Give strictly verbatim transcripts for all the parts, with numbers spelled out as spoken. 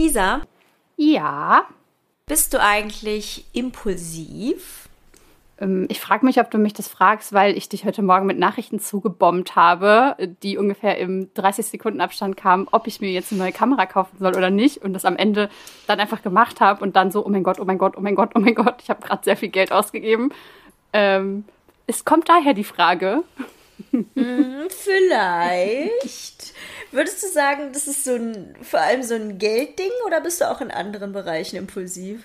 Lisa, Ja. bist du eigentlich impulsiv? Ähm, ich frage mich, ob du mich das fragst, weil ich dich heute Morgen mit Nachrichten zugebombt habe, die ungefähr im dreißig Sekunden Abstand kamen, ob ich mir jetzt eine neue Kamera kaufen soll oder nicht. Und das am Ende dann einfach gemacht habe und dann so, oh mein Gott, oh mein Gott, oh mein Gott, oh mein Gott, ich habe gerade sehr viel Geld ausgegeben. Ähm, es kommt daher die Frage. Hm, vielleicht. Würdest du sagen, das ist so ein, vor allem so ein Geldding oder bist du auch in anderen Bereichen impulsiv?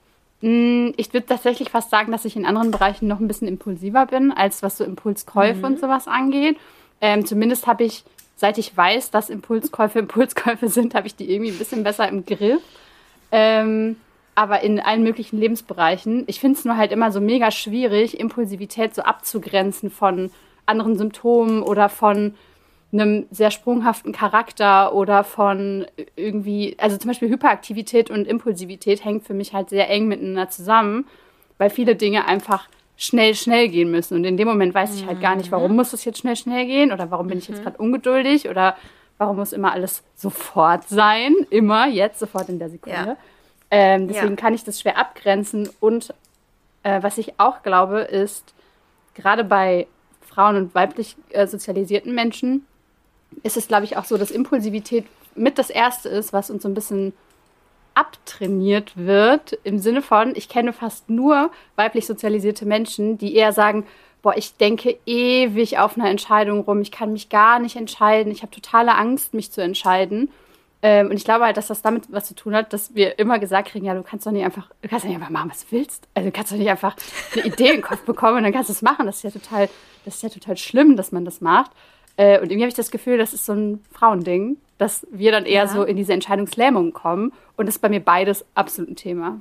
Ich würde tatsächlich fast sagen, dass ich in anderen Bereichen noch ein bisschen impulsiver bin, als was so Impulskäufe mhm. und sowas angeht. Ähm, zumindest habe ich, seit ich weiß, dass Impulskäufe Impulskäufe sind, habe ich die irgendwie ein bisschen besser im Griff. Ähm, aber in allen möglichen Lebensbereichen. Ich finde es nur halt immer so mega schwierig, Impulsivität so abzugrenzen von anderen Symptomen oder von einem sehr sprunghaften Charakter oder von irgendwie, also zum Beispiel Hyperaktivität und Impulsivität hängt für mich halt sehr eng miteinander zusammen, weil viele Dinge einfach schnell, schnell gehen müssen. Und in dem Moment weiß ich halt gar nicht, warum muss es jetzt schnell, schnell gehen oder warum bin ich jetzt gerade ungeduldig oder warum muss immer alles sofort sein, immer, jetzt, sofort in der Sekunde. Ja. Ähm, deswegen Ja. kann ich das schwer abgrenzen und äh, was ich auch glaube, ist, gerade bei Frauen und weiblich äh, sozialisierten Menschen ist es, glaube ich, auch so, dass Impulsivität mit das Erste ist, was uns so ein bisschen abtrainiert wird, im Sinne von, ich kenne fast nur weiblich sozialisierte Menschen, die eher sagen, boah, ich denke ewig auf eine Entscheidung rum, ich kann mich gar nicht entscheiden, ich habe totale Angst, mich zu entscheiden. Ähm, und ich glaube halt, dass das damit was zu tun hat, dass wir immer gesagt kriegen, ja, du kannst doch nicht einfach, du kannst doch nicht einfach machen, was du willst. Also du kannst doch nicht einfach eine Idee im Kopf bekommen und dann kannst du es machen. Das ist ja total, das ist ja total schlimm, dass man das macht. Äh, und irgendwie habe ich das Gefühl, das ist so ein Frauending, dass wir dann eher Ja. so in diese Entscheidungslähmung kommen. Und das ist bei mir beides absolut ein Thema.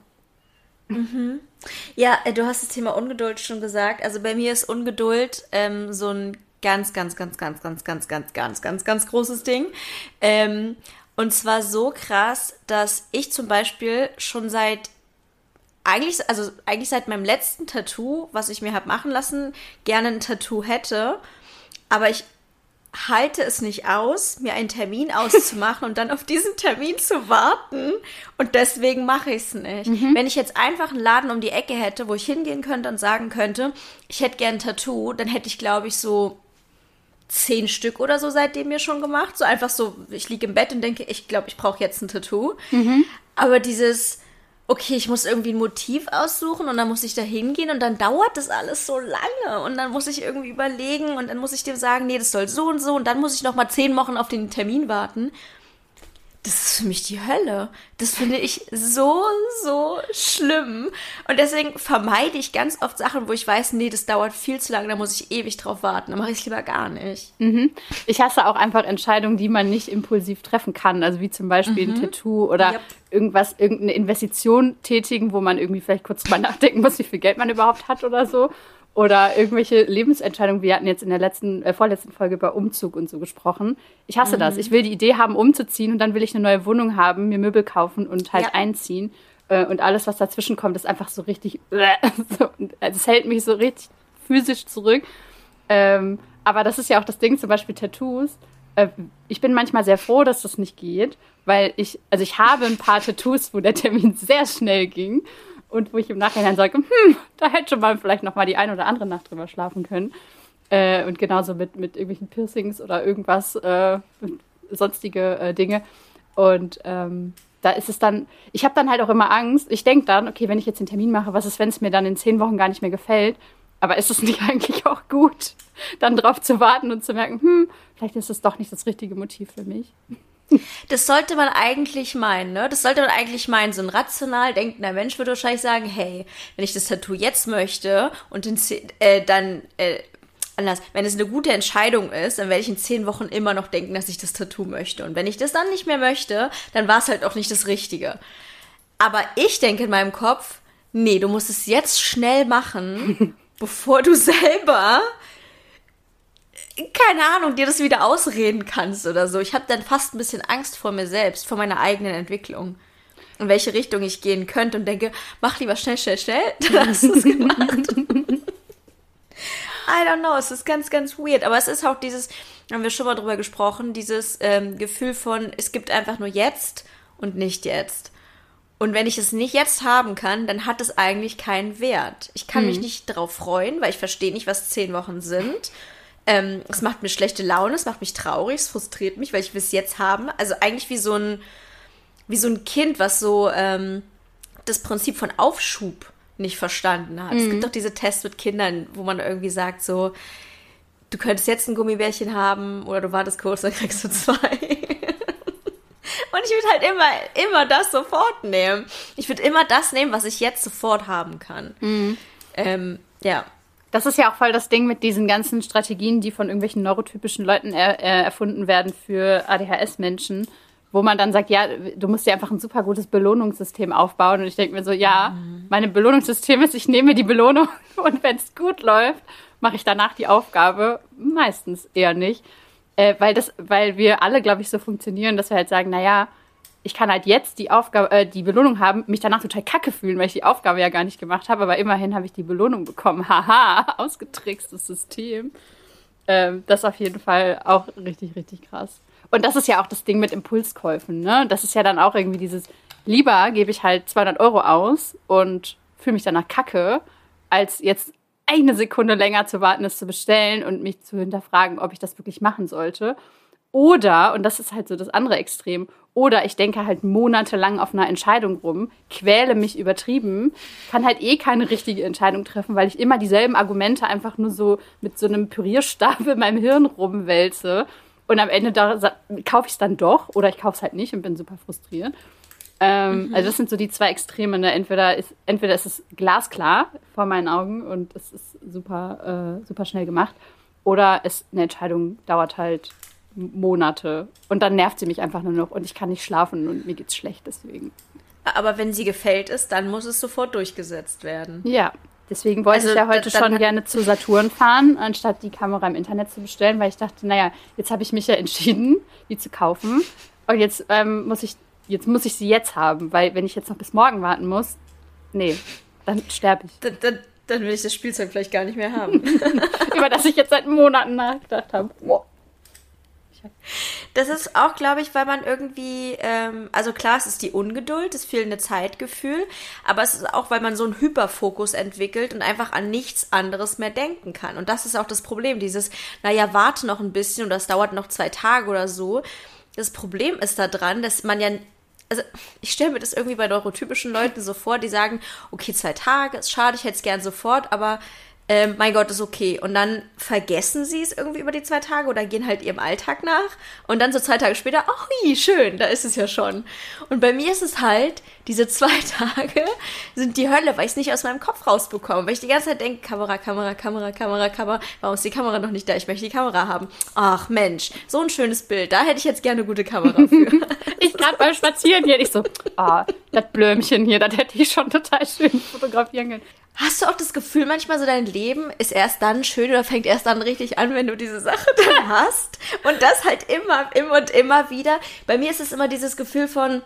Ja, äh, du hast das Thema Ungeduld schon gesagt. Also bei mir ist Ungeduld ähm, so ein ganz, ganz, ganz, ganz, ganz, ganz, ganz, ganz, ganz, ganz großes Ding. Ähm, und zwar so krass, dass ich zum Beispiel schon seit eigentlich, also eigentlich seit meinem letzten Tattoo, was ich mir habe machen lassen, gerne ein Tattoo hätte. Aber ich halte es nicht aus, mir einen Termin auszumachen und dann auf diesen Termin zu warten. Und deswegen mache ich es nicht. Mhm. Wenn ich jetzt einfach einen Laden um die Ecke hätte, wo ich hingehen könnte und sagen könnte, ich hätte gern ein Tattoo, dann hätte ich, glaube ich, so zehn Stück oder so seitdem mir schon gemacht. So einfach so, ich liege im Bett und denke, ich glaube, ich brauche jetzt ein Tattoo. Mhm. Aber dieses, okay, ich muss irgendwie ein Motiv aussuchen und dann muss ich da hingehen und dann dauert das alles so lange und dann muss ich irgendwie überlegen und dann muss ich dem sagen, nee, das soll so und so und dann muss ich noch mal zehn Wochen auf den Termin warten. Das ist für mich die Hölle. Das finde ich so, so schlimm. Und deswegen vermeide ich ganz oft Sachen, wo ich weiß, nee, das dauert viel zu lange, da muss ich ewig drauf warten. Dann mache ich es lieber gar nicht. Mhm. Ich hasse auch einfach Entscheidungen, die man nicht impulsiv treffen kann. Also wie zum Beispiel mhm. ein Tattoo oder yep. irgendwas, irgendeine Investition tätigen, wo man irgendwie vielleicht kurz drüber nachdenken muss, wie viel Geld man überhaupt hat oder so. Oder irgendwelche Lebensentscheidungen. Wir hatten jetzt in der letzten, äh, vorletzten Folge über Umzug und so gesprochen. Ich hasse mhm. das. Ich will die Idee haben, umzuziehen und dann will ich eine neue Wohnung haben, mir Möbel kaufen und halt ja. einziehen. Äh, und alles, was dazwischen kommt, ist einfach so richtig, äh, so, also es hält mich so richtig physisch zurück. Ähm, aber das ist ja auch das Ding, zum Beispiel Tattoos. Äh, ich bin manchmal sehr froh, dass das nicht geht, weil ich, also ich habe ein paar Tattoos, wo der Termin sehr schnell ging. Und wo ich im Nachhinein sage, hm, da hätte man vielleicht noch mal die ein oder andere Nacht drüber schlafen können. Äh, und genauso mit, mit irgendwelchen Piercings oder irgendwas, äh, sonstige äh, Dinge. Und ähm, da ist es dann, ich habe dann halt auch immer Angst. Ich denke dann, okay, wenn ich jetzt den Termin mache, was ist, wenn es mir dann in zehn Wochen gar nicht mehr gefällt? Aber ist es nicht eigentlich auch gut, dann drauf zu warten und zu merken, hm, vielleicht ist es doch nicht das richtige Motiv für mich? Das sollte man eigentlich meinen, ne? Das sollte man eigentlich meinen. So ein rational denkender Mensch würde wahrscheinlich sagen, hey, wenn ich das Tattoo jetzt möchte und in, äh, dann, äh, anders, wenn es eine gute Entscheidung ist, dann werde ich in zehn Wochen immer noch denken, dass ich das Tattoo möchte. Und wenn ich das dann nicht mehr möchte, dann war es halt auch nicht das Richtige. Aber ich denke in meinem Kopf, nee, du musst es jetzt schnell machen, bevor du selber, keine Ahnung, dir das wieder ausreden kannst oder so. Ich habe dann fast ein bisschen Angst vor mir selbst, vor meiner eigenen Entwicklung. In welche Richtung ich gehen könnte und denke, mach lieber schnell, schnell, schnell, dann hast du es gemacht. I don't know, es ist ganz, ganz weird. Aber es ist auch dieses, haben wir schon mal drüber gesprochen, dieses ähm, Gefühl von, es gibt einfach nur jetzt und nicht jetzt. Und wenn ich es nicht jetzt haben kann, dann hat es eigentlich keinen Wert. Ich kann mhm. mich nicht darauf freuen, weil ich verstehe nicht, was zehn Wochen sind. Ähm, es macht mir schlechte Laune, es macht mich traurig, es frustriert mich, weil ich will es jetzt haben. Also eigentlich wie so ein, wie so ein Kind, was so ähm, das Prinzip von Aufschub nicht verstanden hat. Mhm. Es gibt doch diese Tests mit Kindern, wo man irgendwie sagt so, du könntest jetzt ein Gummibärchen haben oder du wartest kurz, dann kriegst du zwei. Und ich würde halt immer, immer das sofort nehmen. Ich würde immer das nehmen, was ich jetzt sofort haben kann. Mhm. Ähm, ja. Das ist ja auch voll das Ding mit diesen ganzen Strategien, die von irgendwelchen neurotypischen Leuten er, äh, erfunden werden für A D H S-Menschen, wo man dann sagt, ja, du musst dir einfach ein super gutes Belohnungssystem aufbauen. Und ich denke mir so, ja, mhm. mein Belohnungssystem ist, ich nehme die Belohnung und wenn es gut läuft, mache ich danach die Aufgabe. Meistens eher nicht. Äh, weil, das, weil wir alle, glaube ich, so funktionieren, dass wir halt sagen, naja, ich kann halt jetzt die Aufgabe, äh, die Belohnung haben, mich danach total kacke fühlen, weil ich die Aufgabe ja gar nicht gemacht habe, aber immerhin habe ich die Belohnung bekommen. Haha, ausgetrickstes System. Ähm, das ist auf jeden Fall auch richtig, richtig krass. Und das ist ja auch das Ding mit Impulskäufen, ne? Das ist ja dann auch irgendwie dieses, lieber gebe ich halt zweihundert Euro aus und fühle mich danach kacke, als jetzt eine Sekunde länger zu warten, es zu bestellen und mich zu hinterfragen, ob ich das wirklich machen sollte. Oder, und das ist halt so das andere Extrem, oder ich denke halt monatelang auf einer Entscheidung rum, quäle mich übertrieben, kann halt eh keine richtige Entscheidung treffen, weil ich immer dieselben Argumente einfach nur so mit so einem Pürierstab in meinem Hirn rumwälze. Und am Ende da, kaufe ich es dann doch oder ich kaufe es halt nicht und bin super frustriert. Ähm, mhm. Also das sind so die zwei Extreme. Ne? Entweder, ist, entweder ist es glasklar vor meinen Augen und es ist super, äh, super schnell gemacht, oder es, eine Entscheidung dauert halt Monate und dann nervt sie mich einfach nur noch und ich kann nicht schlafen und mir geht's schlecht deswegen. Aber wenn sie gefällt ist, dann muss es sofort durchgesetzt werden. Ja, deswegen wollte also, ich ja heute da, schon gerne zu Saturn fahren, anstatt die Kamera im Internet zu bestellen, weil ich dachte, naja, jetzt habe ich mich ja entschieden, die zu kaufen und jetzt ähm, muss ich jetzt muss ich sie jetzt haben, weil wenn ich jetzt noch bis morgen warten muss, nee, dann sterbe ich. Dann, dann, dann will ich das Spielzeug vielleicht gar nicht mehr haben. Über das ich jetzt seit Monaten nachgedacht habe. Wow. Das ist auch, glaube ich, weil man irgendwie, ähm, also klar, es ist die Ungeduld, das fehlende Zeitgefühl, aber es ist auch, weil man so einen Hyperfokus entwickelt und einfach an nichts anderes mehr denken kann. Und das ist auch das Problem, dieses, naja, warte noch ein bisschen und das dauert noch zwei Tage oder so. Das Problem ist da dran, dass man ja, also ich stelle mir das irgendwie bei neurotypischen Leuten so vor, die sagen, okay, zwei Tage, ist schade, ich hätte es gern sofort, aber Ähm, mein Gott, ist okay. Und dann vergessen sie es irgendwie über die zwei Tage oder gehen halt ihrem Alltag nach. Und dann so zwei Tage später, ach wie, schön, da ist es ja schon. Und bei mir ist es halt, diese zwei Tage sind die Hölle, weil ich es nicht aus meinem Kopf rausbekomme. Weil ich die ganze Zeit denke, Kamera, Kamera, Kamera, Kamera, Kamera. Warum ist die Kamera noch nicht da? Ich möchte die Kamera haben. Ach Mensch, so ein schönes Bild. Da hätte ich jetzt gerne eine gute Kamera für. Ich gerade beim Spazieren hier, ich so, ah, das Blömchen hier, das hätte ich schon total schön fotografieren können. Hast du auch das Gefühl, manchmal so dein Leben ist erst dann schön oder fängt erst dann richtig an, wenn du diese Sache dann hast? Und das halt immer, immer und immer wieder. Bei mir ist es immer dieses Gefühl von,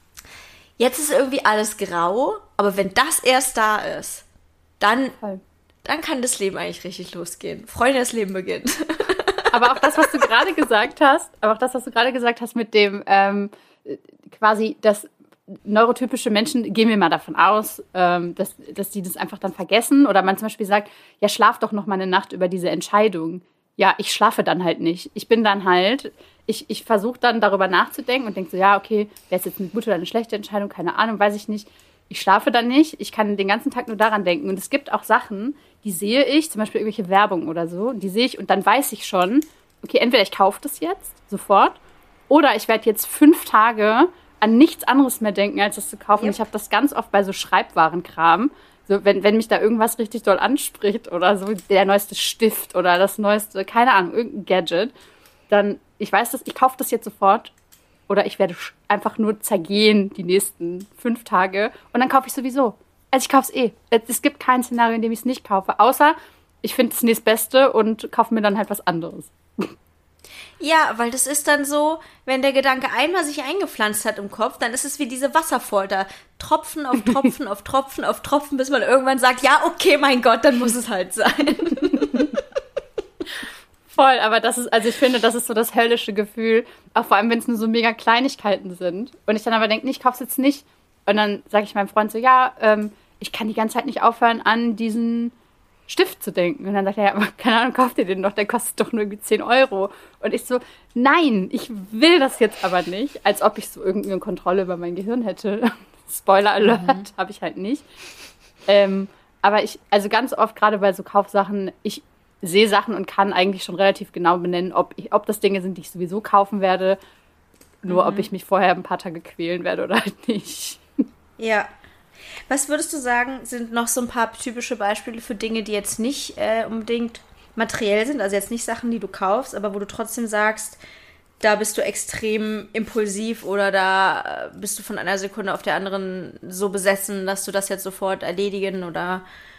jetzt ist irgendwie alles grau, aber wenn das erst da ist, dann, dann kann das Leben eigentlich richtig losgehen. Freunde, das Leben beginnt. Aber auch das, was du gerade gesagt hast, aber auch das, was du gerade gesagt hast mit dem, ähm, quasi das neurotypische Menschen, gehen wir mal davon aus, ähm, dass, dass die das einfach dann vergessen oder man zum Beispiel sagt, ja, schlaf doch noch mal eine Nacht über diese Entscheidung. Ja, ich schlafe dann halt nicht. Ich bin dann halt, ich, ich versuche dann darüber nachzudenken und denke so, ja, okay, wäre es jetzt eine gute oder eine schlechte Entscheidung, keine Ahnung, weiß ich nicht. Ich schlafe dann nicht, ich kann den ganzen Tag nur daran denken und es gibt auch Sachen, die sehe ich, zum Beispiel irgendwelche Werbung oder so, die sehe ich und dann weiß ich schon, okay, entweder ich kaufe das jetzt sofort oder ich werde jetzt fünf Tage an nichts anderes mehr denken, als das zu kaufen. Yep. Ich habe das ganz oft bei so Schreibwarenkram. So, wenn, wenn mich da irgendwas richtig doll anspricht oder so, der neueste Stift oder das neueste, keine Ahnung, irgendein Gadget, dann, ich weiß das, ich kaufe das jetzt sofort oder ich werde einfach nur zergehen die nächsten fünf Tage und dann kaufe ich sowieso. Also ich kaufe es eh. Es gibt kein Szenario, in dem ich es nicht kaufe, außer ich finde es nächstbeste und kaufe mir dann halt was anderes. Ja, weil das ist dann so, wenn der Gedanke einmal sich eingepflanzt hat im Kopf, dann ist es wie diese Wasserfolter. Tropfen auf Tropfen auf Tropfen auf Tropfen, bis man irgendwann sagt, ja, okay, mein Gott, dann muss es halt sein. Voll, aber das ist, also ich finde, das ist so das höllische Gefühl, auch vor allem, wenn es nur so mega Kleinigkeiten sind. Und ich dann aber denke, nee, ich kauf's jetzt nicht. Und dann sage ich meinem Freund so, ja, ähm, ich kann die ganze Zeit nicht aufhören, an diesen Stift zu denken. Und dann sagt er, ja, aber keine Ahnung, kauf dir den doch, der kostet doch nur irgendwie zehn Euro. Und ich so, nein, ich will das jetzt aber nicht, als ob ich so irgendeine Kontrolle über mein Gehirn hätte. Spoiler Alert, mhm. habe ich halt nicht. Ähm, aber ich, also ganz oft, gerade bei so Kaufsachen, ich sehe Sachen und kann eigentlich schon relativ genau benennen, ob, ich, ob das Dinge sind, die ich sowieso kaufen werde, nur mhm. ob ich mich vorher ein paar Tage quälen werde oder halt nicht. Ja. Was würdest du sagen, sind noch so ein paar typische Beispiele für Dinge, die jetzt nicht äh, unbedingt materiell sind, also jetzt nicht Sachen, die du kaufst, aber wo du trotzdem sagst, da bist du extrem impulsiv oder da bist du von einer Sekunde auf der anderen so besessen, dass du das jetzt sofort erledigen oder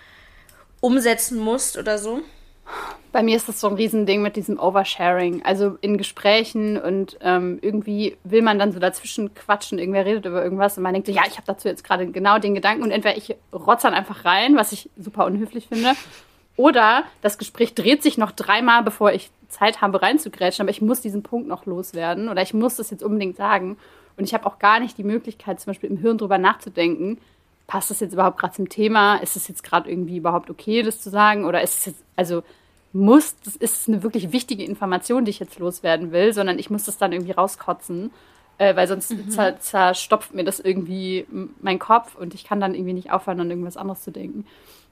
umsetzen musst oder so? Bei mir ist das so ein Riesending mit diesem Oversharing. Also in Gesprächen und ähm, irgendwie will man dann so dazwischen quatschen, irgendwer redet über irgendwas und man denkt so, ja, ich habe dazu jetzt gerade genau den Gedanken und entweder ich rotze dann einfach rein, was ich super unhöflich finde, oder das Gespräch dreht sich noch dreimal, bevor ich Zeit habe reinzugrätschen, aber ich muss diesen Punkt noch loswerden oder ich muss das jetzt unbedingt sagen und ich habe auch gar nicht die Möglichkeit, zum Beispiel im Hirn drüber nachzudenken, passt das jetzt überhaupt gerade zum Thema? Ist es jetzt gerade irgendwie überhaupt okay, das zu sagen? Oder ist es jetzt, also muss, das ist eine wirklich wichtige Information, die ich jetzt loswerden will, sondern ich muss das dann irgendwie rauskotzen, äh, weil sonst mhm. zer- zerstopft mir das irgendwie mein Kopf und ich kann dann irgendwie nicht aufhören, an irgendwas anderes zu denken.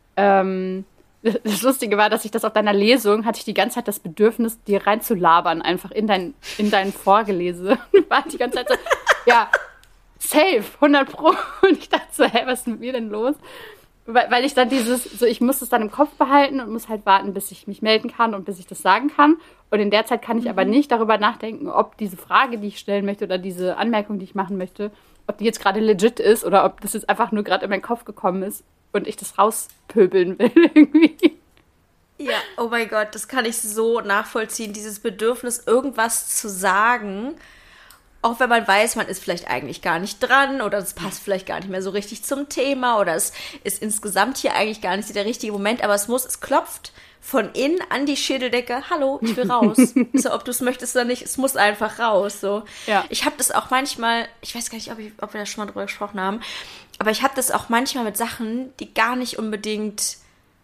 Ähm, das Lustige war, dass ich das auf deiner Lesung, hatte ich die ganze Zeit das Bedürfnis, dir reinzulabern, einfach in dein, in dein Vorgelese. War die ganze Zeit so, ja, safe, hundert Pro. Und ich dachte so, hä, was ist mit mir denn los? Weil, weil ich dann dieses, so ich muss es dann im Kopf behalten und muss halt warten, bis ich mich melden kann und bis ich das sagen kann. Und in der Zeit kann ich mhm. aber nicht darüber nachdenken, ob diese Frage, die ich stellen möchte oder diese Anmerkung, die ich machen möchte, ob die jetzt gerade legit ist oder ob das jetzt einfach nur gerade in meinen Kopf gekommen ist und ich das rauspöbeln will irgendwie. Ja, oh mein Gott, das kann ich so nachvollziehen, dieses Bedürfnis, irgendwas zu sagen, auch wenn man weiß, man ist vielleicht eigentlich gar nicht dran oder es passt vielleicht gar nicht mehr so richtig zum Thema oder es ist insgesamt hier eigentlich gar nicht der richtige Moment, aber es muss, es klopft von innen an die Schädeldecke, hallo, ich will raus. So, ob du es möchtest oder nicht, es muss einfach raus. So. Ja. Ich habe das auch manchmal, ich weiß gar nicht, ob, ich, ob wir da schon mal drüber gesprochen haben, aber ich habe das auch manchmal mit Sachen, die gar nicht unbedingt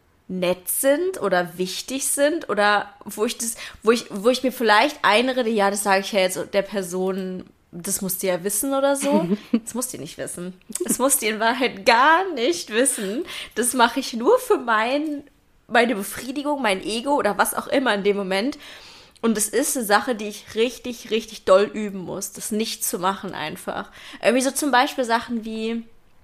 nett sind oder wichtig sind oder wo ich das, wo ich, wo ich mir vielleicht einrede, ja, das sage ich ja jetzt der Person, das muss die ja wissen oder so. Das muss die nicht wissen. Das muss die in Wahrheit gar nicht wissen. Das mache ich nur für mein, meine Befriedigung, mein Ego oder was auch immer in dem Moment. Und es ist eine Sache, die ich richtig, richtig doll üben muss, das nicht zu machen einfach. Irgendwie so zum Beispiel Sachen wie,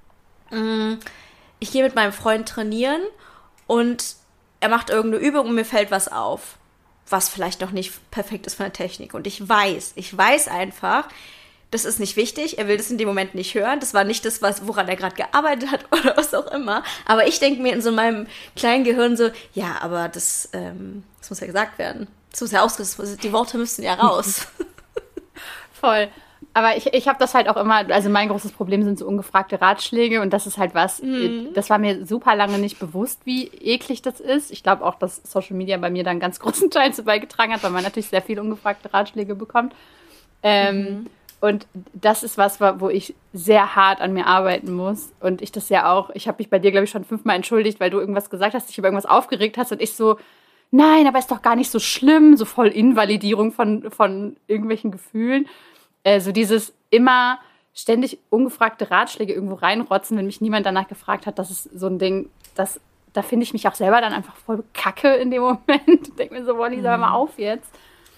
mh, ich gehe mit meinem Freund trainieren und er macht irgendeine Übung und mir fällt was auf, was vielleicht noch nicht perfekt ist von der Technik. Und ich weiß, ich weiß einfach, das ist nicht wichtig, er will das in dem Moment nicht hören. Das war nicht das, was, woran er gerade gearbeitet hat oder was auch immer. Aber ich denke mir in so meinem kleinen Gehirn so, ja, aber das, ähm, das muss ja gesagt werden. Das muss ja ausgesprochen, die Worte müssen ja raus. Voll. Aber ich, ich habe das halt auch immer, also mein großes Problem sind so ungefragte Ratschläge und das ist halt was, mhm. das war mir super lange nicht bewusst, wie eklig das ist. Ich glaube auch, dass Social Media bei mir da einen ganz großen Teil zu beigetragen hat, weil man natürlich sehr viele ungefragte Ratschläge bekommt. Ähm, mhm. Und das ist was, wo ich sehr hart an mir arbeiten muss und ich das ja auch, ich habe mich bei dir, glaube ich, schon fünfmal entschuldigt, weil du irgendwas gesagt hast, dich über irgendwas aufgeregt hast und ich so, nein, aber ist doch gar nicht so schlimm, so voll Invalidierung von, von irgendwelchen Gefühlen. Äh, so dieses immer ständig ungefragte Ratschläge irgendwo reinrotzen, wenn mich niemand danach gefragt hat, das ist so ein Ding, das, da finde ich mich auch selber dann einfach voll kacke in dem Moment. Denke mir so, boah, Lisa, hör mal auf jetzt.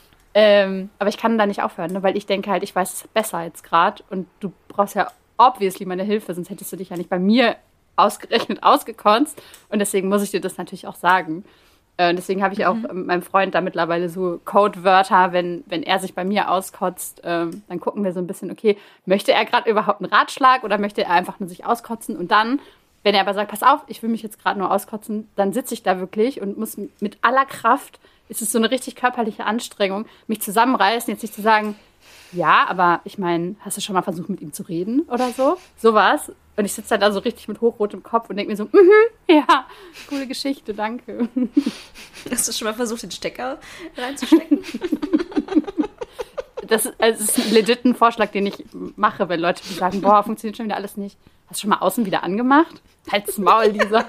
Ähm, aber ich kann da nicht aufhören, ne? Weil ich denke halt, ich weiß es besser jetzt gerade und du brauchst ja obviously meine Hilfe, sonst hättest du dich ja nicht bei mir ausgerechnet ausgekonst und deswegen muss ich dir das natürlich auch sagen. Äh, deswegen habe ich auch mhm. mit meinem Freund da mittlerweile so Codewörter, wenn, wenn er sich bei mir auskotzt, ähm, dann gucken wir so ein bisschen, okay, möchte er gerade überhaupt einen Ratschlag oder möchte er einfach nur sich auskotzen und dann, wenn er aber sagt, pass auf, ich will mich jetzt gerade nur auskotzen, dann sitze ich da wirklich und muss mit aller Kraft, es ist so eine richtig körperliche Anstrengung, mich zusammenreißen, jetzt nicht zu sagen, ja, aber ich meine, hast du schon mal versucht, mit ihm zu reden oder so? Sowas. Und ich sitze da so richtig mit hochrotem Kopf und denke mir so, mhm, ja, coole Geschichte, danke. Hast du schon mal versucht, den Stecker reinzustecken? Das ist, also das ist legit ein Vorschlag, den ich mache, wenn Leute sagen, boah, funktioniert schon wieder alles nicht. Hast du schon mal außen wieder angemacht? Halt's Maul, Lisa.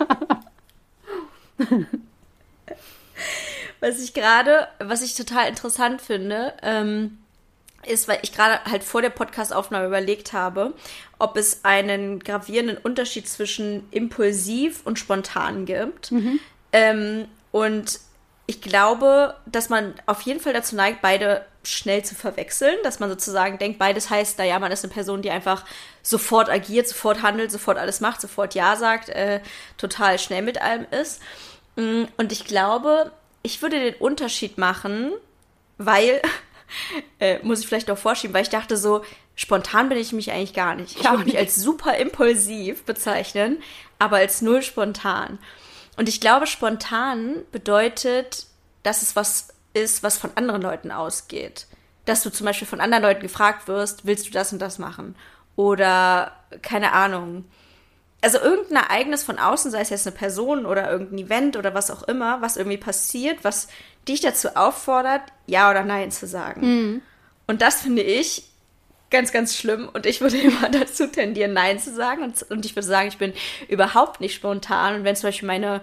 Was ich gerade, was ich total interessant finde, ähm, ist, weil ich gerade halt vor der Podcast-Aufnahme überlegt habe, ob es einen gravierenden Unterschied zwischen impulsiv und spontan gibt. Mhm. Ähm, und ich glaube, dass man auf jeden Fall dazu neigt, beide schnell zu verwechseln, dass man sozusagen denkt, beides heißt, naja, man ist eine Person, die einfach sofort agiert, sofort handelt, sofort alles macht, sofort Ja sagt, äh, total schnell mit allem ist. Und ich glaube, ich würde den Unterschied machen, weil, äh, muss ich vielleicht auch vorschieben, weil ich dachte so, spontan bin ich mich eigentlich gar nicht. Ich würde mich als super impulsiv bezeichnen, aber als null spontan. Und ich glaube, spontan bedeutet, dass es was ist, was von anderen Leuten ausgeht. Dass du zum Beispiel von anderen Leuten gefragt wirst, willst du das und das machen? Oder, keine Ahnung. Also irgendein Ereignis von außen, sei es jetzt eine Person oder irgendein Event oder was auch immer, was irgendwie passiert, was dich dazu auffordert, Ja oder Nein zu sagen. Mhm. Und das finde ich ganz, ganz schlimm. Und ich würde immer dazu tendieren, Nein zu sagen. Und, und ich würde sagen, ich bin überhaupt nicht spontan. Und wenn zum Beispiel meine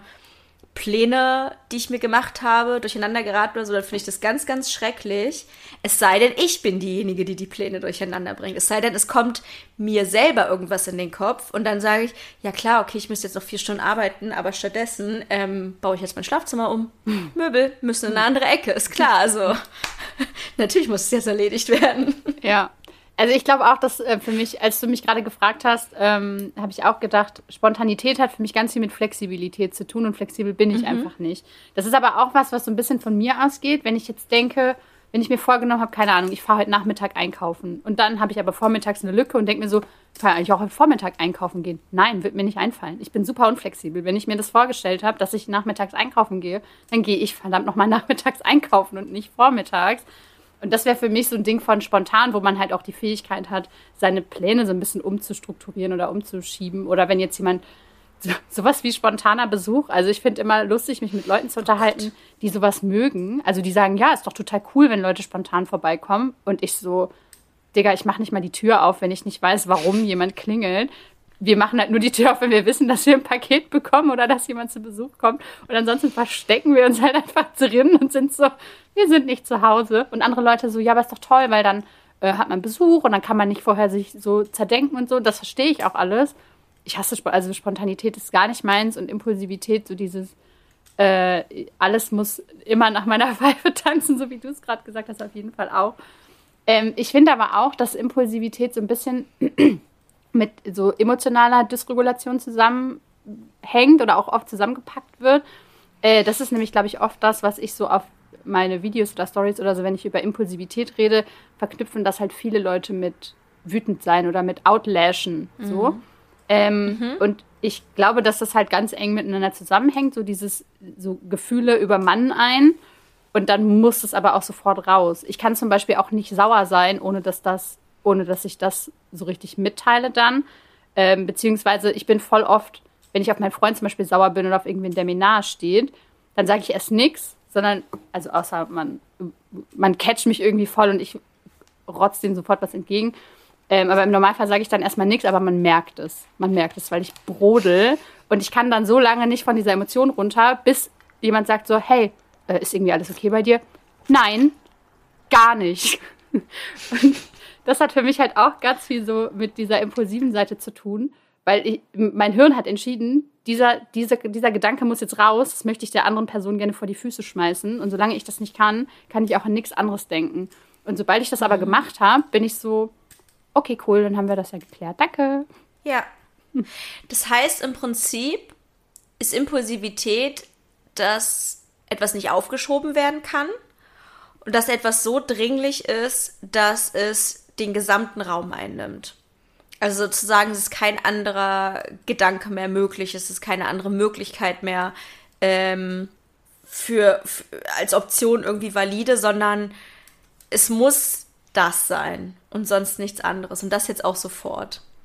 Pläne, die ich mir gemacht habe, durcheinander geraten oder so, dann finde ich das ganz, ganz schrecklich. Es sei denn, ich bin diejenige, die die Pläne durcheinander bringt. Es sei denn, es kommt mir selber irgendwas in den Kopf und dann sage ich, ja klar, okay, ich müsste jetzt noch vier Stunden arbeiten, aber stattdessen ähm, baue ich jetzt mein Schlafzimmer um. Hm. Möbel müssen in eine andere Ecke, ist klar. Also natürlich muss es jetzt erledigt werden. Ja. Also ich glaube auch, dass äh, für mich, als du mich gerade gefragt hast, ähm, habe ich auch gedacht, Spontanität hat für mich ganz viel mit Flexibilität zu tun und flexibel bin ich mhm. einfach nicht. Das ist aber auch was, was so ein bisschen von mir ausgeht, wenn ich jetzt denke, wenn ich mir vorgenommen habe, keine Ahnung, ich fahre heute Nachmittag einkaufen und dann habe ich aber vormittags eine Lücke und denke mir so, ich kann eigentlich auch heute Vormittag einkaufen gehen. Nein, wird mir nicht einfallen. Ich bin super unflexibel. Wenn ich mir das vorgestellt habe, dass ich nachmittags einkaufen gehe, dann gehe ich verdammt nochmal nachmittags einkaufen und nicht vormittags. Und das wäre für mich so ein Ding von spontan, wo man halt auch die Fähigkeit hat, seine Pläne so ein bisschen umzustrukturieren oder umzuschieben. Oder wenn jetzt jemand so, sowas wie spontaner Besuch, also ich finde immer lustig, mich mit Leuten zu unterhalten, die sowas mögen. Also die sagen, ja, ist doch total cool, wenn Leute spontan vorbeikommen. Und ich so, Digga, ich mache nicht mal die Tür auf, wenn ich nicht weiß, warum jemand klingelt. Wir machen halt nur die Tür auf, wenn wir wissen, dass wir ein Paket bekommen oder dass jemand zu Besuch kommt. Und ansonsten verstecken wir uns halt einfach drin und sind so, wir sind nicht zu Hause. Und andere Leute so, ja, aber ist doch toll, weil dann äh, hat man Besuch und dann kann man nicht vorher sich so zerdenken und so. Das verstehe ich auch alles. Ich hasse, also Spontanität ist gar nicht meins und Impulsivität, so dieses, äh, alles muss immer nach meiner Pfeife tanzen, so wie du es gerade gesagt hast, auf jeden Fall auch. Ähm, ich finde aber auch, dass Impulsivität so ein bisschen mit so emotionaler Dysregulation zusammenhängt oder auch oft zusammengepackt wird. Äh, das ist nämlich, glaube ich, oft das, was ich so auf meine Videos oder Stories oder so, wenn ich über Impulsivität rede, verknüpfen das halt viele Leute mit wütend sein oder mit outlashen. So. Mhm. Ähm, mhm. Und ich glaube, dass das halt ganz eng miteinander zusammenhängt, so dieses so Gefühle übermannen ein und dann muss es aber auch sofort raus. Ich kann zum Beispiel auch nicht sauer sein, ohne dass das ohne dass ich das so richtig mitteile dann. Ähm, beziehungsweise ich bin voll oft, wenn ich auf meinen Freund zum Beispiel sauer bin oder auf irgendwen, der mir nahe steht, dann sage ich erst nichts, sondern, also außer man, man catcht mich irgendwie voll und ich rotze dem sofort was entgegen. Ähm, aber im Normalfall sage ich dann erstmal nichts, aber man merkt es. Man merkt es, weil ich brodel und ich kann dann so lange nicht von dieser Emotion runter, bis jemand sagt so, hey, äh, ist irgendwie alles okay bei dir? Nein, gar nicht. Und das hat für mich halt auch ganz viel so mit dieser impulsiven Seite zu tun, weil ich, mein Hirn hat entschieden, dieser, dieser, dieser Gedanke muss jetzt raus, das möchte ich der anderen Person gerne vor die Füße schmeißen. Und solange ich das nicht kann, kann ich auch an nichts anderes denken. Und sobald ich das aber gemacht habe, bin ich so, okay, cool, dann haben wir das ja geklärt. Danke. Ja. Das heißt, im Prinzip ist Impulsivität, dass etwas nicht aufgeschoben werden kann und dass etwas so dringlich ist, dass es den gesamten Raum einnimmt. Also sozusagen, es ist kein anderer Gedanke mehr möglich, es ist keine andere Möglichkeit mehr ähm, für, für als Option irgendwie valide, sondern es muss das sein und sonst nichts anderes. Und das jetzt auch sofort.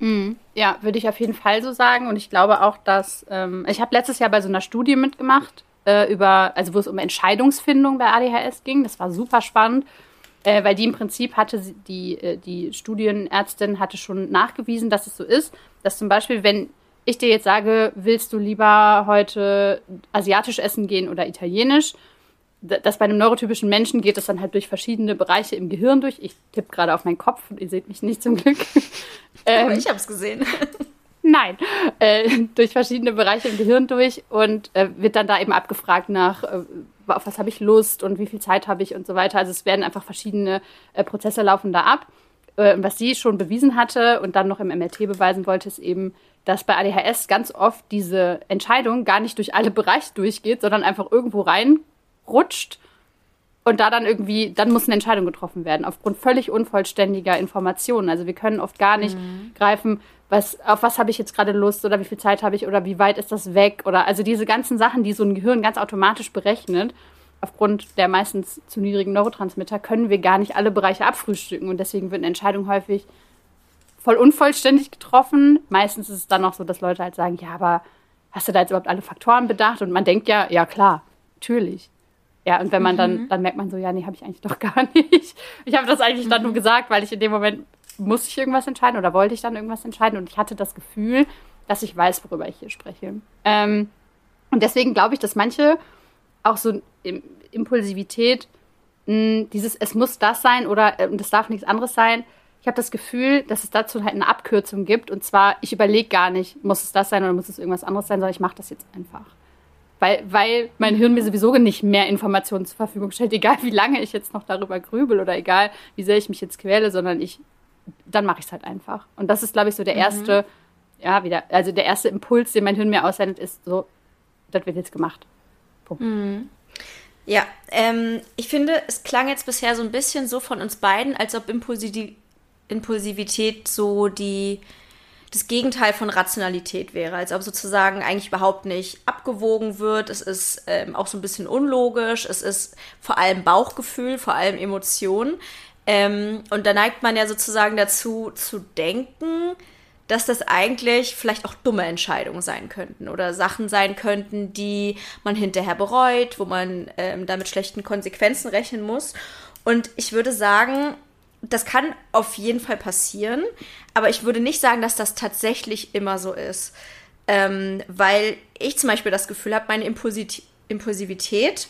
Mhm. Ja, würde ich auf jeden Fall so sagen. Und ich glaube auch, dass ähm, ich habe letztes Jahr bei so einer Studie mitgemacht, äh, über, also wo es um Entscheidungsfindung bei A D H S ging. Das war super spannend, äh, weil die im Prinzip hatte sie, die, äh, die Studienärztin hatte schon nachgewiesen, dass es so ist, dass zum Beispiel, wenn ich dir jetzt sage, willst du lieber heute asiatisch essen gehen oder italienisch, dass bei einem neurotypischen Menschen geht es dann halt durch verschiedene Bereiche im Gehirn durch. Ich tippe gerade auf meinen Kopf und ihr seht mich nicht zum Glück. ähm, Aber ich habe es gesehen. Nein, äh, durch verschiedene Bereiche im Gehirn durch und äh, wird dann da eben abgefragt nach, äh, auf was habe ich Lust und wie viel Zeit habe ich und so weiter. Also es werden einfach verschiedene äh, Prozesse laufen da ab. Äh, was sie schon bewiesen hatte und dann noch im M R T beweisen wollte, ist eben, dass bei A D H S ganz oft diese Entscheidung gar nicht durch alle Bereiche durchgeht, sondern einfach irgendwo reinrutscht und da dann irgendwie, dann muss eine Entscheidung getroffen werden, aufgrund völlig unvollständiger Informationen. Also wir können oft gar nicht mhm. greifen, was, auf was habe ich jetzt gerade Lust oder wie viel Zeit habe ich oder wie weit ist das weg oder also diese ganzen Sachen, die so ein Gehirn ganz automatisch berechnet, aufgrund der meistens zu niedrigen Neurotransmitter, können wir gar nicht alle Bereiche abfrühstücken und deswegen wird eine Entscheidung häufig voll unvollständig getroffen. Meistens ist es dann auch so, dass Leute halt sagen, ja, aber hast du da jetzt überhaupt alle Faktoren bedacht? Und man denkt ja, ja klar, natürlich. Ja, und wenn man mhm. dann, dann merkt man so, ja, nee, habe ich eigentlich doch gar nicht. Ich habe das eigentlich mhm. dann nur gesagt, weil ich in dem Moment musste ich irgendwas entscheiden oder wollte ich dann irgendwas entscheiden und ich hatte das Gefühl, dass ich weiß, worüber ich hier spreche. Ähm, und deswegen glaube ich, dass manche auch so Impulsivität, mh, dieses es muss das sein oder äh, und es darf nichts anderes sein. Ich habe das Gefühl, dass es dazu halt eine Abkürzung gibt. Und zwar, ich überlege gar nicht, muss es das sein oder muss es irgendwas anderes sein, sondern ich mache das jetzt einfach. Weil, weil mein Hirn mir sowieso nicht mehr Informationen zur Verfügung stellt, egal wie lange ich jetzt noch darüber grübel oder egal wie sehr ich mich jetzt quäle, sondern ich, dann mache ich es halt einfach. Und das ist, glaube ich, so der erste, mhm. ja, wieder, also der erste Impuls, den mein Hirn mir aussendet, ist so, das wird jetzt gemacht. Punkt. Mhm. Ja, ähm, ich finde, es klang jetzt bisher so ein bisschen so von uns beiden, als ob Impulsi- Impulsivität so die, das Gegenteil von Rationalität wäre, als ob sozusagen eigentlich überhaupt nicht abgewogen wird. Es ist ähm, auch so ein bisschen unlogisch, es ist vor allem Bauchgefühl, vor allem Emotionen. Ähm, und da neigt man ja sozusagen dazu zu denken, dass das eigentlich vielleicht auch dumme Entscheidungen sein könnten oder Sachen sein könnten, die man hinterher bereut, wo man ähm, da mit schlechten Konsequenzen rechnen muss. Und ich würde sagen, das kann auf jeden Fall passieren, aber ich würde nicht sagen, dass das tatsächlich immer so ist. Ähm, weil ich zum Beispiel das Gefühl habe, meine Impulsi- Impulsivität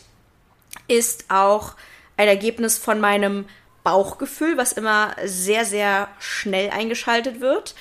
ist auch ein Ergebnis von meinem Bauchgefühl, was immer sehr, sehr schnell eingeschaltet wird.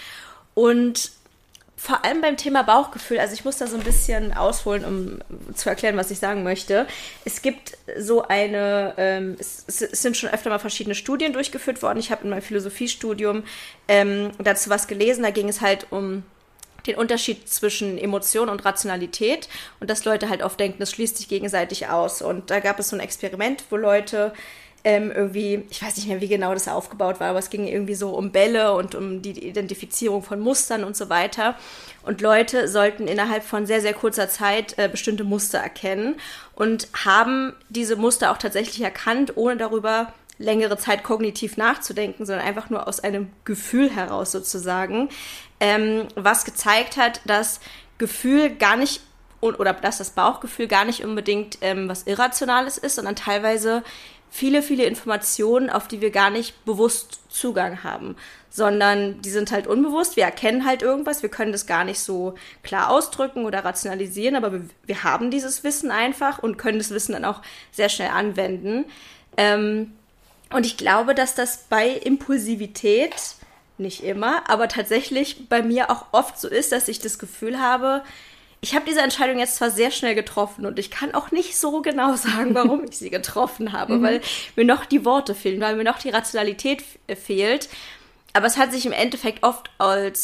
Und vor allem beim Thema Bauchgefühl, also ich muss da so ein bisschen ausholen, um zu erklären, was ich sagen möchte. Es gibt so eine, ähm, es, es sind schon öfter mal verschiedene Studien durchgeführt worden. Ich habe in meinem Philosophiestudium ähm, dazu was gelesen. Da ging es halt um den Unterschied zwischen Emotion und Rationalität und dass Leute halt oft denken, das schließt sich gegenseitig aus. Und da gab es so ein Experiment, wo Leute Ähm, irgendwie, ich weiß nicht mehr, wie genau das aufgebaut war, aber es ging irgendwie so um Bälle und um die Identifizierung von Mustern und so weiter. Und Leute sollten innerhalb von sehr, sehr kurzer Zeit äh, bestimmte Muster erkennen und haben diese Muster auch tatsächlich erkannt, ohne darüber längere Zeit kognitiv nachzudenken, sondern einfach nur aus einem Gefühl heraus sozusagen, ähm, was gezeigt hat, dass Gefühl gar nicht oder dass das Bauchgefühl gar nicht unbedingt ähm, was Irrationales ist, sondern teilweise viele, viele Informationen, auf die wir gar nicht bewusst Zugang haben, sondern die sind halt unbewusst, wir erkennen halt irgendwas, wir können das gar nicht so klar ausdrücken oder rationalisieren, aber wir, wir haben dieses Wissen einfach und können das Wissen dann auch sehr schnell anwenden. Ähm, und ich glaube, dass das bei Impulsivität, nicht immer, aber tatsächlich bei mir auch oft so ist, dass ich das Gefühl habe, ich habe diese Entscheidung jetzt zwar sehr schnell getroffen und ich kann auch nicht so genau sagen, warum ich sie getroffen habe, mhm. weil mir noch die Worte fehlen, weil mir noch die Rationalität f- fehlt. Aber es hat sich im Endeffekt oft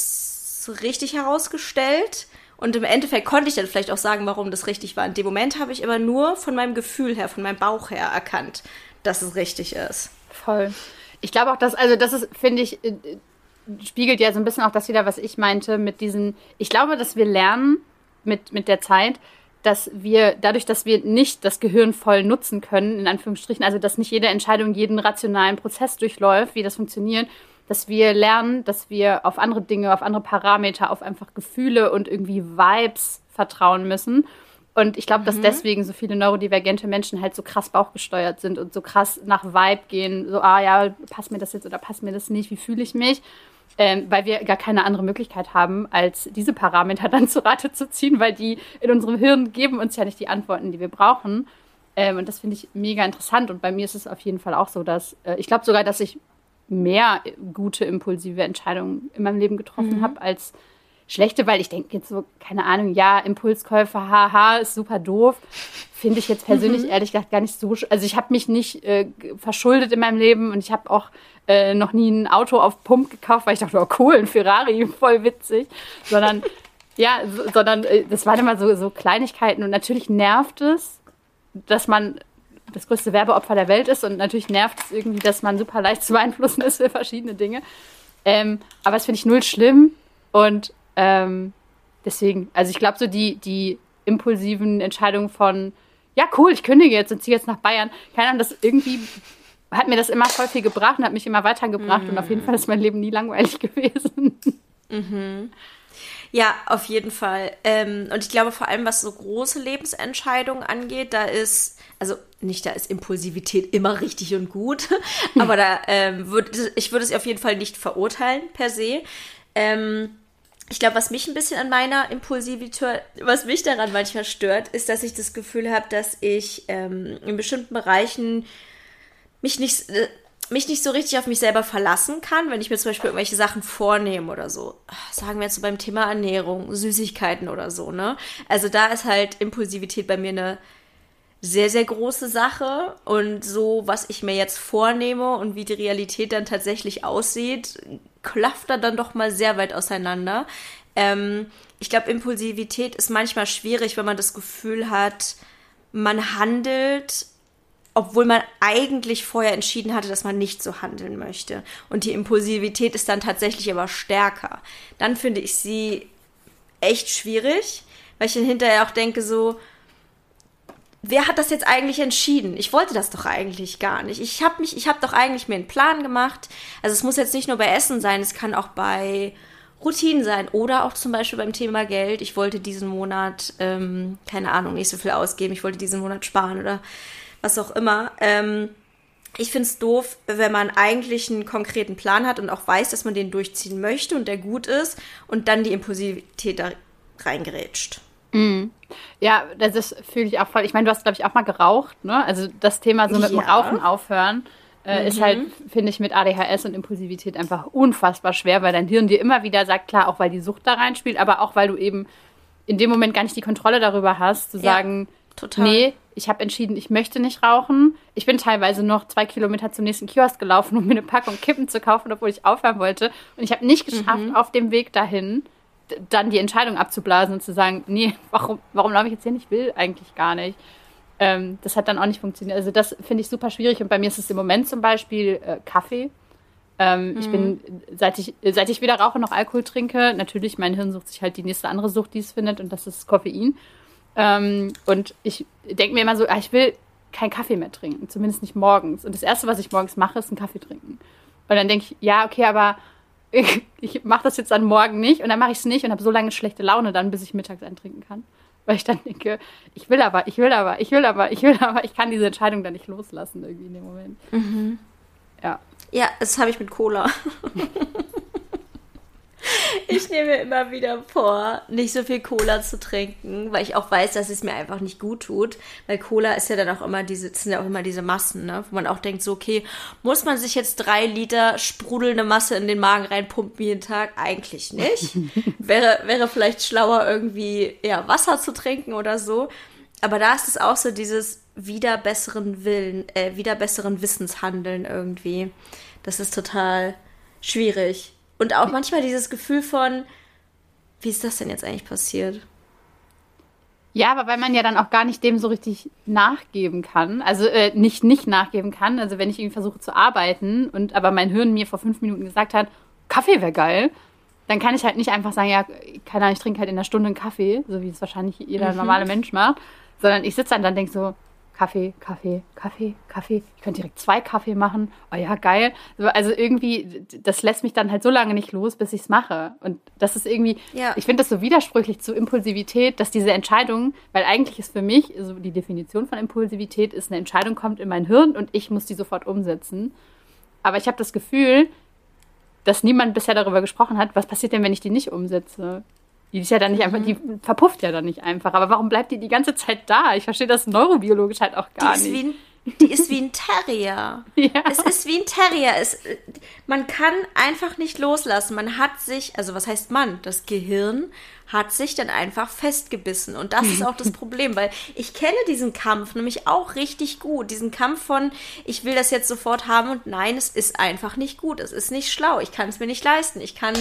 als richtig herausgestellt und im Endeffekt konnte ich dann vielleicht auch sagen, warum das richtig war. In dem Moment habe ich aber nur von meinem Gefühl her, von meinem Bauch her erkannt, dass es richtig ist. Voll. Ich glaube auch, dass, also das ist, finde ich, spiegelt ja so ein bisschen auch das wieder, was ich meinte mit diesen, ich glaube, dass wir lernen, Mit, mit der Zeit, dass wir, dadurch, dass wir nicht das Gehirn voll nutzen können, in Anführungsstrichen, also dass nicht jede Entscheidung jeden rationalen Prozess durchläuft, wie das funktioniert, dass wir lernen, dass wir auf andere Dinge, auf andere Parameter, auf einfach Gefühle und irgendwie Vibes vertrauen müssen. Und ich glaube, dass mhm. deswegen so viele neurodivergente Menschen halt so krass bauchgesteuert sind und so krass nach Vibe gehen. So, ah ja, passt mir das jetzt oder passt mir das nicht? Wie fühle ich mich? Ähm, weil wir gar keine andere Möglichkeit haben, als diese Parameter dann zu Rate zu ziehen, weil die in unserem Hirn geben uns ja nicht die Antworten, die wir brauchen. Ähm, und das finde ich mega interessant. Und bei mir ist es auf jeden Fall auch so, dass äh, ich glaube sogar, dass ich mehr gute, impulsive Entscheidungen in meinem Leben getroffen mhm. habe als schlechte, weil ich denke jetzt so, keine Ahnung, ja, Impulskäufe, haha, ist super doof. Finde ich jetzt persönlich mhm. ehrlich gesagt gar nicht so, also ich habe mich nicht äh, verschuldet in meinem Leben und ich habe auch äh, noch nie ein Auto auf Pump gekauft, weil ich dachte, oh cool, ein Ferrari, voll witzig, sondern, ja, so, sondern äh, das waren immer so, so Kleinigkeiten und natürlich nervt es, dass man das größte Werbeopfer der Welt ist und natürlich nervt es irgendwie, dass man super leicht zu beeinflussen ist für verschiedene Dinge. Ähm, aber das finde ich null schlimm und ähm, deswegen, also ich glaube so die, die impulsiven Entscheidungen von, ja cool, ich kündige jetzt und ziehe jetzt nach Bayern, keine Ahnung, das irgendwie hat mir das immer voll viel gebracht und hat mich immer weitergebracht mhm. und auf jeden Fall ist mein Leben nie langweilig gewesen. Mhm. Ja, auf jeden Fall. Ähm, und ich glaube vor allem, was so große Lebensentscheidungen angeht, da ist, also nicht, da ist Impulsivität immer richtig und gut, aber da ähm, würde ich würde es auf jeden Fall nicht verurteilen per se. Ähm, ich glaube, was mich ein bisschen an meiner Impulsivität, was mich daran manchmal stört, ist, dass ich das Gefühl habe, dass ich ähm, in bestimmten Bereichen mich nicht... Äh, mich nicht so richtig auf mich selber verlassen kann, wenn ich mir zum Beispiel irgendwelche Sachen vornehme oder so. Sagen wir jetzt so beim Thema Ernährung, Süßigkeiten oder so, ne? Also da ist halt Impulsivität bei mir eine sehr, sehr große Sache und so, was ich mir jetzt vornehme und wie die Realität dann tatsächlich aussieht, klafft dann doch mal sehr weit auseinander. Ähm, ich glaube, Impulsivität ist manchmal schwierig, wenn man das Gefühl hat, man handelt, obwohl man eigentlich vorher entschieden hatte, dass man nicht so handeln möchte. Und die Impulsivität ist dann tatsächlich aber stärker. Dann finde ich sie echt schwierig, weil ich dann hinterher auch denke so, wer hat das jetzt eigentlich entschieden? Ich wollte das doch eigentlich gar nicht. Ich habe mich, ich habe doch eigentlich mir einen Plan gemacht. Also es muss jetzt nicht nur bei Essen sein, es kann auch bei Routinen sein oder auch zum Beispiel beim Thema Geld. Ich wollte diesen Monat, ähm, keine Ahnung, nicht so viel ausgeben. Ich wollte diesen Monat sparen oder was auch immer. Ähm, ich finde es doof, wenn man eigentlich einen konkreten Plan hat und auch weiß, dass man den durchziehen möchte und der gut ist und dann die Impulsivität da reingerätscht. Mm. Ja, das fühle ich auch voll. Ich meine, du hast, glaube ich, auch mal geraucht, ne? Also das Thema so mit dem ja. Rauchen aufhören äh, mhm. ist halt, finde ich, mit A D H S und Impulsivität einfach unfassbar schwer, weil dein Hirn dir immer wieder sagt, klar, auch weil die Sucht da reinspielt, aber auch weil du eben in dem Moment gar nicht die Kontrolle darüber hast, zu ja, sagen, total. nee, ich habe entschieden, ich möchte nicht rauchen. Ich bin teilweise noch zwei Kilometer zum nächsten Kiosk gelaufen, um mir eine Packung Kippen zu kaufen, obwohl ich aufhören wollte. Und ich habe nicht geschafft, mhm. auf dem Weg dahin d- dann die Entscheidung abzublasen und zu sagen, nee, warum, warum laufe ich jetzt hier nicht? Ich will eigentlich gar nicht. Ähm, das hat dann auch nicht funktioniert. Also das finde ich super schwierig. Und bei mir ist es im Moment zum Beispiel äh, Kaffee. Ähm, mhm. Ich bin, seit ich, seit ich weder rauche noch Alkohol trinke, natürlich, mein Hirn sucht sich halt die nächste andere Sucht, die es findet, und das ist Koffein. Ähm, und ich denke mir immer so, ah, ich will keinen Kaffee mehr trinken, zumindest nicht morgens. Und das Erste, was ich morgens mache, ist einen Kaffee trinken. Und dann denke ich, ja, okay, aber ich, ich mache das jetzt dann morgen nicht und dann mache ich es nicht und habe so lange schlechte Laune dann, bis ich mittags einen trinken kann. Weil ich dann denke, ich will aber, ich will aber, ich will aber, ich will aber, ich kann diese Entscheidung dann nicht loslassen irgendwie in dem Moment. Mhm. Ja. Ja, das habe ich mit Cola. Ich nehme mir immer wieder vor, nicht so viel Cola zu trinken, weil ich auch weiß, dass es mir einfach nicht gut tut. Weil Cola ist ja dann auch immer diese, das sind ja auch immer diese Massen, ne? Wo man auch denkt, so, okay, muss man sich jetzt drei Liter sprudelnde Masse in den Magen reinpumpen jeden Tag? Eigentlich nicht. wäre, wäre vielleicht schlauer, irgendwie ja, Wasser zu trinken oder so. Aber da ist es auch so dieses wieder besseren Willen, äh, wieder besseren Wissenshandeln irgendwie. Das ist total schwierig. Und auch manchmal dieses Gefühl von, wie ist das denn jetzt eigentlich passiert? Ja, aber weil man ja dann auch gar nicht dem so richtig nachgeben kann. Also äh, nicht nicht nachgeben kann. Also wenn ich irgendwie versuche zu arbeiten und aber mein Hirn mir vor fünf Minuten gesagt hat, Kaffee wäre geil, dann kann ich halt nicht einfach sagen, ja, keine Ahnung, ich trinke halt in einer Stunde einen Kaffee, so wie es wahrscheinlich jeder mhm. normale Mensch macht. Sondern ich sitze dann und denke so, Kaffee, Kaffee, Kaffee, Kaffee. Ich könnte direkt zwei Kaffee machen. Oh ja, geil. Also irgendwie, das lässt mich dann halt so lange nicht los, bis ich es mache. Und das ist irgendwie, ja. ich finde das so widersprüchlich zu Impulsivität, dass diese Entscheidung, weil eigentlich ist für mich, also die Definition von Impulsivität ist, eine Entscheidung kommt in mein Hirn und ich muss die sofort umsetzen. Aber ich habe das Gefühl, dass niemand bisher darüber gesprochen hat, was passiert denn, wenn ich die nicht umsetze? Die ist ja dann nicht einfach, die verpufft ja dann nicht einfach. Aber warum bleibt die die ganze Zeit da? Ich verstehe das neurobiologisch halt auch gar die nicht. Ist wie ein, die ist wie ein Terrier. Ja. Es ist wie ein Terrier. Es, man kann einfach nicht loslassen. Man hat sich, also was heißt man? Das Gehirn hat sich dann einfach festgebissen. Und das ist auch das Problem, weil ich kenne diesen Kampf nämlich auch richtig gut. Diesen Kampf von, ich will das jetzt sofort haben und nein, es ist einfach nicht gut. Es ist nicht schlau. Ich kann es mir nicht leisten. Ich kann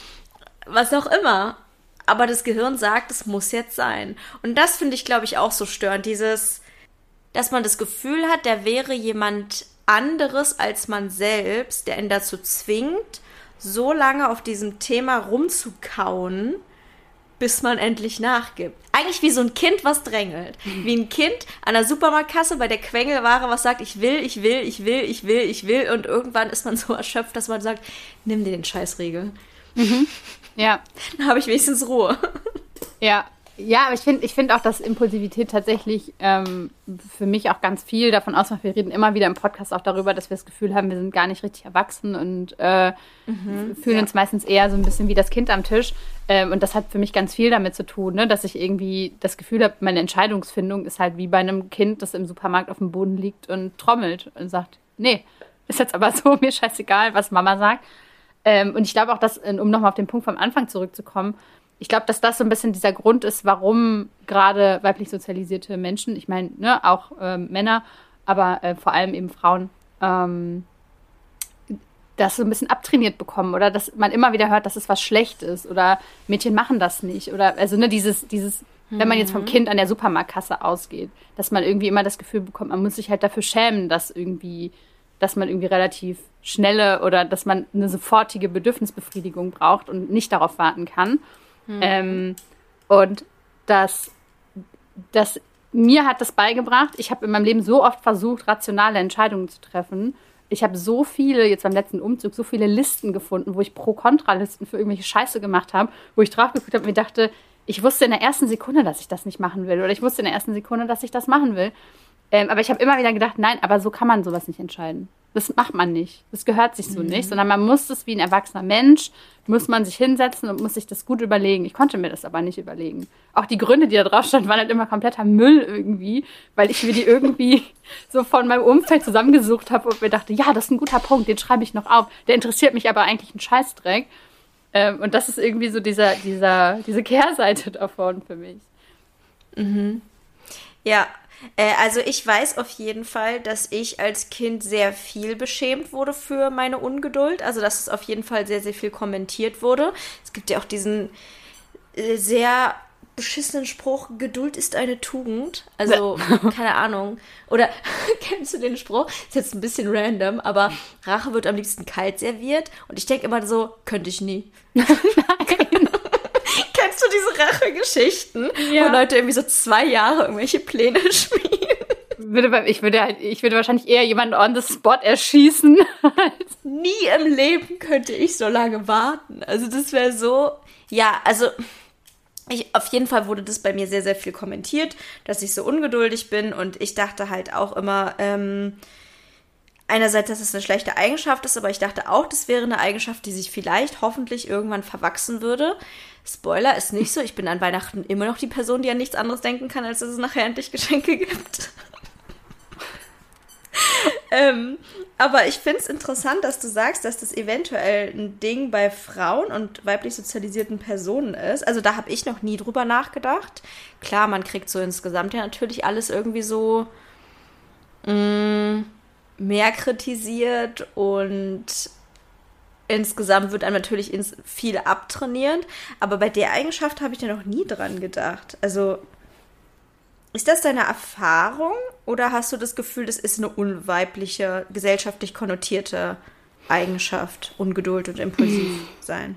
was auch immer. Aber das Gehirn sagt, es muss jetzt sein. Und das finde ich, glaube ich, auch so störend. Dieses, dass man das Gefühl hat, der wäre jemand anderes als man selbst, der ihn dazu zwingt, so lange auf diesem Thema rumzukauen, bis man endlich nachgibt. Eigentlich wie so ein Kind, was drängelt. Mhm. Wie ein Kind an der Supermarktkasse bei der Quengelware, was sagt, ich will, ich will, ich will, ich will, ich will. Und irgendwann ist man so erschöpft, dass man sagt, nimm dir den Scheißriegel. Mhm. Ja. Dann habe ich wenigstens Ruhe. Ja, ja, aber ich finde ich find auch, dass Impulsivität tatsächlich ähm, für mich auch ganz viel davon ausmacht. Wir reden immer wieder im Podcast auch darüber, dass wir das Gefühl haben, wir sind gar nicht richtig erwachsen und äh, mhm, fühlen ja. uns meistens eher so ein bisschen wie das Kind am Tisch. Ähm, und das hat für mich ganz viel damit zu tun, ne? Dass ich irgendwie das Gefühl habe, meine Entscheidungsfindung ist halt wie bei einem Kind, das im Supermarkt auf dem Boden liegt und trommelt und sagt, nee, ist jetzt aber so, mir scheißegal, was Mama sagt. Ähm, und ich glaube auch, dass, um nochmal auf den Punkt vom Anfang zurückzukommen, ich glaube, dass das so ein bisschen dieser Grund ist, warum gerade weiblich sozialisierte Menschen, ich meine, ne, auch ähm, Männer, aber äh, vor allem eben Frauen, ähm, das so ein bisschen abtrainiert bekommen oder dass man immer wieder hört, dass es was Schlechtes oder Mädchen machen das nicht oder, also ne, dieses, dieses, mhm. wenn man jetzt vom Kind an der Supermarktkasse ausgeht, dass man irgendwie immer das Gefühl bekommt, man muss sich halt dafür schämen, dass irgendwie dass man irgendwie relativ schnelle oder dass man eine sofortige Bedürfnisbefriedigung braucht und nicht darauf warten kann. Mhm. Ähm, und das, das mir hat das beigebracht, ich habe in meinem Leben so oft versucht, rationale Entscheidungen zu treffen. Ich habe so viele, jetzt beim letzten Umzug, so viele Listen gefunden, wo ich Pro-Kontra-Listen für irgendwelche Scheiße gemacht habe, wo ich drauf geguckt habe und mir dachte, ich wusste in der ersten Sekunde, dass ich das nicht machen will oder ich wusste in der ersten Sekunde, dass ich das machen will. Ähm, aber ich habe immer wieder gedacht, nein, aber so kann man sowas nicht entscheiden. Das macht man nicht. Das gehört sich so mhm. nicht, sondern man muss das wie ein erwachsener Mensch, muss man sich hinsetzen und muss sich das gut überlegen. Ich konnte mir das aber nicht überlegen. Auch die Gründe, die da drauf standen, waren halt immer kompletter Müll irgendwie, weil ich mir die irgendwie so von meinem Umfeld zusammengesucht habe und mir dachte, ja, das ist ein guter Punkt, den schreibe ich noch auf. Der interessiert mich aber eigentlich ein Scheißdreck. Ähm, und das ist irgendwie so dieser, dieser, diese Kehrseite davon für mich. Mhm. Ja, äh, also ich weiß auf jeden Fall, dass ich als Kind sehr viel beschämt wurde für meine Ungeduld. Also dass es auf jeden Fall sehr, sehr viel kommentiert wurde. Es gibt ja auch diesen äh, sehr beschissenen Spruch, Geduld ist eine Tugend. Also, keine Ahnung. Oder, kennst du den Spruch? Ist jetzt ein bisschen random, aber Rache wird am liebsten kalt serviert. Und ich denke immer so, könnte ich nie. Nein. Kennst du diese Rache-Geschichten? Ja. Wo Leute irgendwie so zwei Jahre irgendwelche Pläne schmieden? Ich würde, halt, ich würde wahrscheinlich eher jemanden on the spot erschießen. Nie im Leben könnte ich so lange warten. Also das wäre so... Ja, also... Ich, auf jeden Fall wurde das bei mir sehr, sehr viel kommentiert, dass ich so ungeduldig bin und ich dachte halt auch immer, ähm, einerseits, dass es eine schlechte Eigenschaft ist, aber ich dachte auch, das wäre eine Eigenschaft, die sich vielleicht hoffentlich irgendwann verwachsen würde. Spoiler, ist nicht so. Ich bin an Weihnachten immer noch die Person, die an nichts anderes denken kann, als dass es nachher endlich Geschenke gibt. ähm, aber ich finde es interessant, dass du sagst, dass das eventuell ein Ding bei Frauen und weiblich sozialisierten Personen ist. Also da habe ich noch nie drüber nachgedacht. Klar, man kriegt so insgesamt ja natürlich alles irgendwie so mh, mehr kritisiert und insgesamt wird einem natürlich ins viel abtrainiert. Aber bei der Eigenschaft habe ich ja noch nie dran gedacht. Also ist das deine Erfahrung oder hast du das Gefühl, das ist eine unweibliche, gesellschaftlich konnotierte Eigenschaft, Ungeduld und impulsiv sein?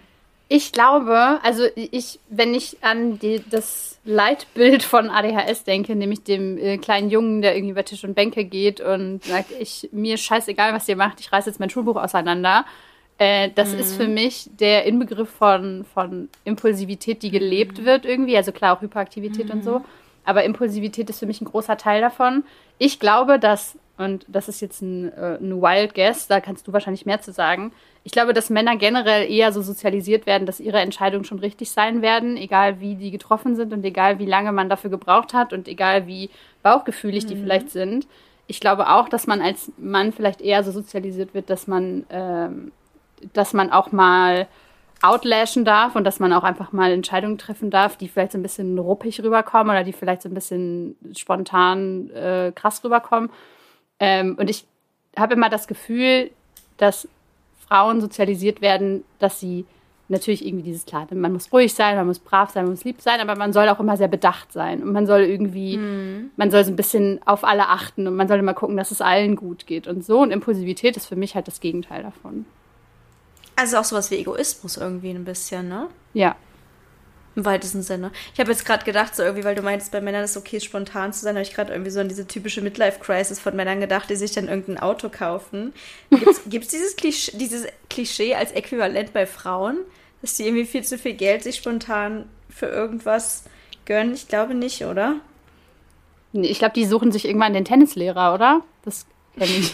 Ich glaube, also ich, wenn ich an die, das Leitbild von A D H S denke, nämlich dem äh, kleinen Jungen, der irgendwie über Tisch und Bänke geht und sagt, ich, mir ist scheißegal, was ihr macht, ich reiße jetzt mein Schulbuch auseinander. Äh, das mhm. ist für mich der Inbegriff von, von Impulsivität, die gelebt mhm. wird irgendwie. Also klar, auch Hyperaktivität mhm. und so. Aber Impulsivität ist für mich ein großer Teil davon. Ich glaube, dass, und das ist jetzt ein, äh, ein Wild Guess, da kannst du wahrscheinlich mehr zu sagen, ich glaube, dass Männer generell eher so sozialisiert werden, dass ihre Entscheidungen schon richtig sein werden, egal wie die getroffen sind und egal wie lange man dafür gebraucht hat und egal wie bauchgefühlig mhm. die vielleicht sind. Ich glaube auch, dass man als Mann vielleicht eher so sozialisiert wird, dass man, ähm, dass man auch mal outlashen darf und dass man auch einfach mal Entscheidungen treffen darf, die vielleicht so ein bisschen ruppig rüberkommen oder die vielleicht so ein bisschen spontan äh, krass rüberkommen. Ähm, und ich habe immer das Gefühl, dass Frauen sozialisiert werden, dass sie natürlich irgendwie dieses, klar, man muss ruhig sein, man muss brav sein, man muss lieb sein, aber man soll auch immer sehr bedacht sein und man soll irgendwie, mhm. man soll so ein bisschen auf alle achten und man soll immer gucken, dass es allen gut geht und so. Und Impulsivität ist für mich halt das Gegenteil davon. Also auch sowas wie Egoismus irgendwie ein bisschen, ne? Ja. Im weitesten Sinne. Ich habe jetzt gerade gedacht, so irgendwie, weil du meinst, bei Männern ist es okay, spontan zu sein, habe ich gerade irgendwie so an diese typische Midlife-Crisis von Männern gedacht, die sich dann irgendein Auto kaufen. Gibt es dieses Klischee, dieses Klischee als Äquivalent bei Frauen, dass die irgendwie viel zu viel Geld sich spontan für irgendwas gönnen? Ich glaube nicht, oder? Ich glaube, die suchen sich irgendwann den Tennislehrer, oder? Das kenne ich.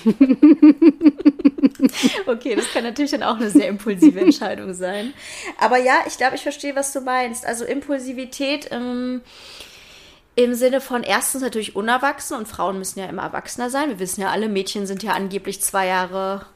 Okay, das kann natürlich dann auch eine sehr impulsive Entscheidung sein. Aber ja, ich glaube, ich verstehe, was du meinst. Also Impulsivität im, im Sinne von erstens natürlich unerwachsen und Frauen müssen ja immer erwachsener sein. Wir wissen ja alle, Mädchen sind ja angeblich zwei Jahre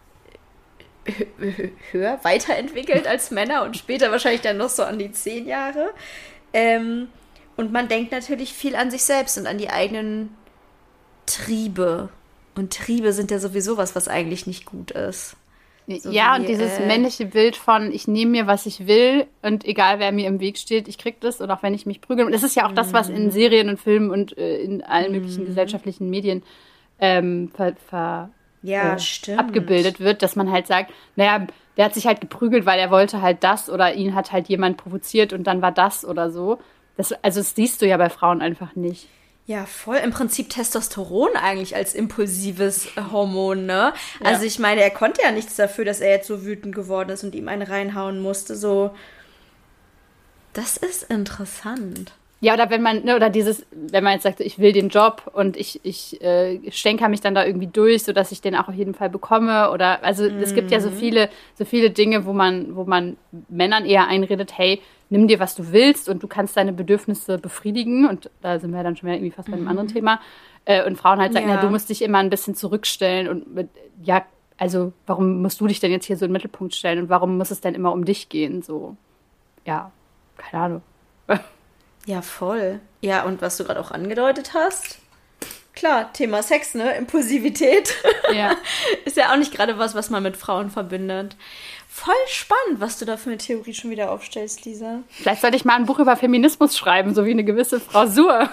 höher, weiterentwickelt als Männer und später wahrscheinlich dann noch so an die zehn Jahre. Ähm, und man denkt natürlich viel an sich selbst und an die eigenen Triebe. Und Triebe sind ja sowieso was, was eigentlich nicht gut ist. So ja, wie, und dieses äh, männliche Bild von, ich nehme mir, was ich will und egal, wer mir im Weg steht, ich krieg das und auch wenn ich mich prügel. Und das ist ja auch das, was in Serien und Filmen und äh, in allen möglichen gesellschaftlichen Medien ähm, ver, ver, ja, äh, abgebildet wird, dass man halt sagt, naja, der hat sich halt geprügelt, weil er wollte halt das oder ihn hat halt jemand provoziert und dann war das oder so. Das, also das siehst du ja bei Frauen einfach nicht. Ja, voll. Im Prinzip Testosteron eigentlich als impulsives Hormon, ne? Ja. Also ich meine, er konnte ja nichts dafür, dass er jetzt so wütend geworden ist und ihm einen reinhauen musste. So, das ist interessant. Ja, oder wenn man, ne, oder dieses, wenn man jetzt sagt, ich will den Job und ich, ich äh, stänker mich dann da irgendwie durch, sodass ich den auch auf jeden Fall bekomme. Oder also mhm. es gibt ja so viele, so viele Dinge, wo man, wo man Männern eher einredet, hey, nimm dir, was du willst und du kannst deine Bedürfnisse befriedigen. Und da sind wir dann schon wieder irgendwie fast bei einem mhm. anderen Thema. Äh, und Frauen halt sagen, ja. na, du musst dich immer ein bisschen zurückstellen. Und mit, ja, also warum musst du dich denn jetzt hier so in den Mittelpunkt stellen? Und warum muss es denn immer um dich gehen? So, ja, keine Ahnung. Ja, voll. Ja, und was du gerade auch angedeutet hast, klar, Thema Sex, ne? Impulsivität. Ja. Ist ja auch nicht gerade was, was man mit Frauen verbindet. Voll spannend, was du da für eine Theorie schon wieder aufstellst, Lisa. Vielleicht sollte ich mal ein Buch über Feminismus schreiben, so wie eine gewisse Frau Suhr.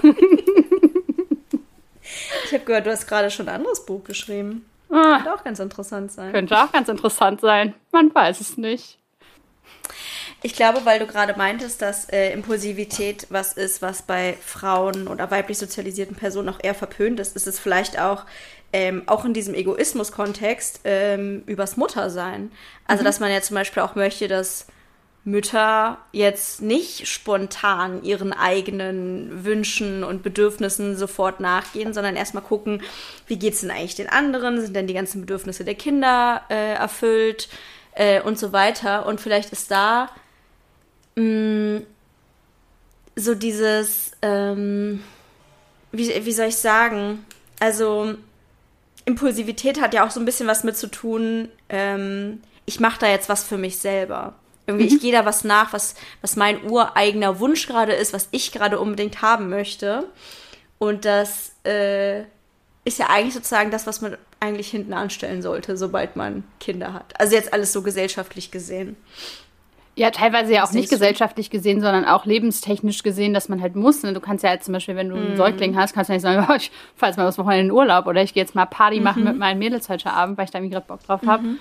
Ich habe gehört, du hast gerade schon ein anderes Buch geschrieben. Ah, könnte auch ganz interessant sein. Könnte auch ganz interessant sein. Man weiß es nicht. Ich glaube, weil du gerade meintest, dass äh, Impulsivität was ist, was bei Frauen oder weiblich sozialisierten Personen auch eher verpönt ist, ist es vielleicht auch, ähm, auch in diesem Egoismus-Kontext ähm, übers Muttersein. Also, mhm. dass man ja zum Beispiel auch möchte, dass Mütter jetzt nicht spontan ihren eigenen Wünschen und Bedürfnissen sofort nachgehen, sondern erstmal gucken, wie geht's denn eigentlich den anderen? Sind denn die ganzen Bedürfnisse der Kinder äh, erfüllt? Äh, und so weiter. Und vielleicht ist da mh, so dieses, ähm, wie, wie soll ich sagen, also Impulsivität hat ja auch so ein bisschen was mit zu tun, ähm, ich mache da jetzt was für mich selber. Irgendwie, mhm. ich gehe da was nach, was, was mein ureigener Wunsch gerade ist, was ich gerade unbedingt haben möchte. Und das äh, ist ja eigentlich sozusagen das, was man eigentlich hinten anstellen sollte, sobald man Kinder hat. Also jetzt alles so gesellschaftlich gesehen. Ja, teilweise ja auch nicht gesellschaftlich gesehen, sondern auch lebenstechnisch gesehen, dass man halt muss. Ne? Du kannst ja jetzt zum Beispiel, wenn du einen mm. Säugling hast, kannst du nicht sagen, oh, ich fahre jetzt mal was Wochenende in den Urlaub oder ich gehe jetzt mal Party machen mm-hmm. mit meinen Mädels heute Abend, weil ich da irgendwie gerade Bock drauf habe. Mm-hmm.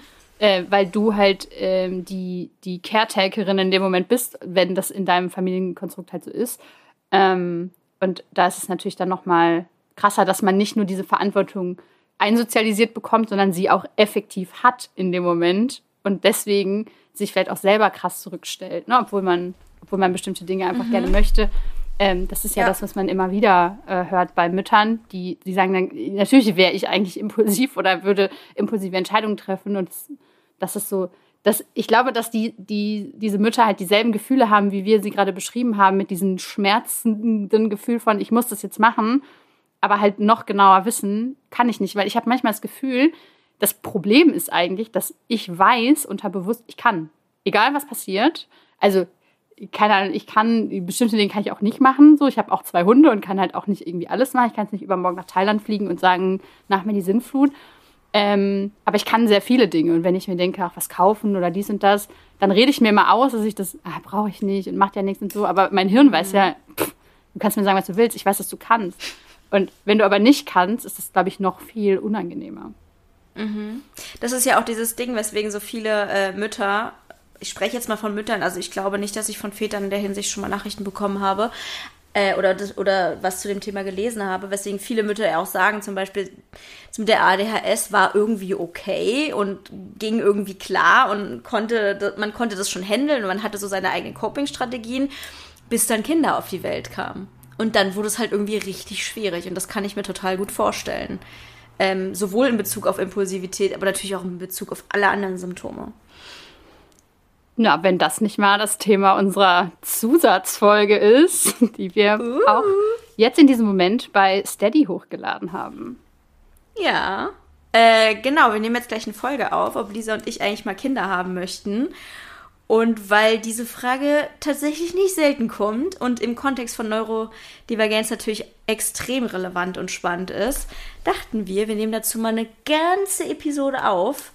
äh, weil du halt ähm, die, die Caretakerin in dem Moment bist, wenn das in deinem Familienkonstrukt halt so ist. Ähm, und da ist es natürlich dann nochmal krasser, dass man nicht nur diese Verantwortung einsozialisiert bekommt, sondern sie auch effektiv hat in dem Moment und deswegen sich vielleicht auch selber krass zurückstellt, ne? obwohl man, obwohl man bestimmte Dinge einfach mhm. gerne möchte. Ähm, das ist ja, ja das, was man immer wieder äh, hört bei Müttern, die, die sagen dann, natürlich wäre ich eigentlich impulsiv oder würde impulsive Entscheidungen treffen und das, das ist so, dass ich glaube, dass die, die, diese Mütter halt dieselben Gefühle haben, wie wir sie gerade beschrieben haben, mit diesem schmerzenden Gefühl von, ich muss das jetzt machen, aber halt noch genauer wissen, kann ich nicht, weil ich habe manchmal das Gefühl, das Problem ist eigentlich, dass ich weiß unterbewusst, ich kann, egal was passiert, also keine Ahnung, ich kann, bestimmte Dinge kann ich auch nicht machen. So, ich habe auch zwei Hunde und kann halt auch nicht irgendwie alles machen. Ich kann jetzt nicht übermorgen nach Thailand fliegen und sagen, nach mir die Sinnflut. Ähm, aber ich kann sehr viele Dinge. Und wenn ich mir denke, ach, was kaufen oder dies und das, dann rede ich mir mal aus, dass ich das, ah, brauche ich nicht und macht ja nichts und so. Aber mein Hirn weiß ja, pff, du kannst mir sagen, was du willst. Ich weiß, dass du kannst. Und wenn du aber nicht kannst, ist das, glaube ich, noch viel unangenehmer. Mhm. Das ist ja auch dieses Ding, weswegen so viele äh, Mütter, ich spreche jetzt mal von Müttern, also ich glaube nicht, dass ich von Vätern in der Hinsicht schon mal Nachrichten bekommen habe äh, oder, oder was zu dem Thema gelesen habe, weswegen viele Mütter ja auch sagen, zum Beispiel mit der A D H S war irgendwie okay und ging irgendwie klar und konnte, man konnte das schon handeln und man hatte so seine eigenen Coping-Strategien, bis dann Kinder auf die Welt kamen. Und dann wurde es halt irgendwie richtig schwierig und das kann ich mir total gut vorstellen. Ähm, sowohl in Bezug auf Impulsivität, aber natürlich auch in Bezug auf alle anderen Symptome. Na, wenn das nicht mal das Thema unserer Zusatzfolge ist, die wir uh. auch jetzt in diesem Moment bei Steady hochgeladen haben. Ja, äh, genau, wir nehmen jetzt gleich eine Folge auf, ob Lisa und ich eigentlich mal Kinder haben möchten. Und weil diese Frage tatsächlich nicht selten kommt und im Kontext von Neurodivergenz natürlich extrem relevant und spannend ist, dachten wir, wir nehmen dazu mal eine ganze Episode auf.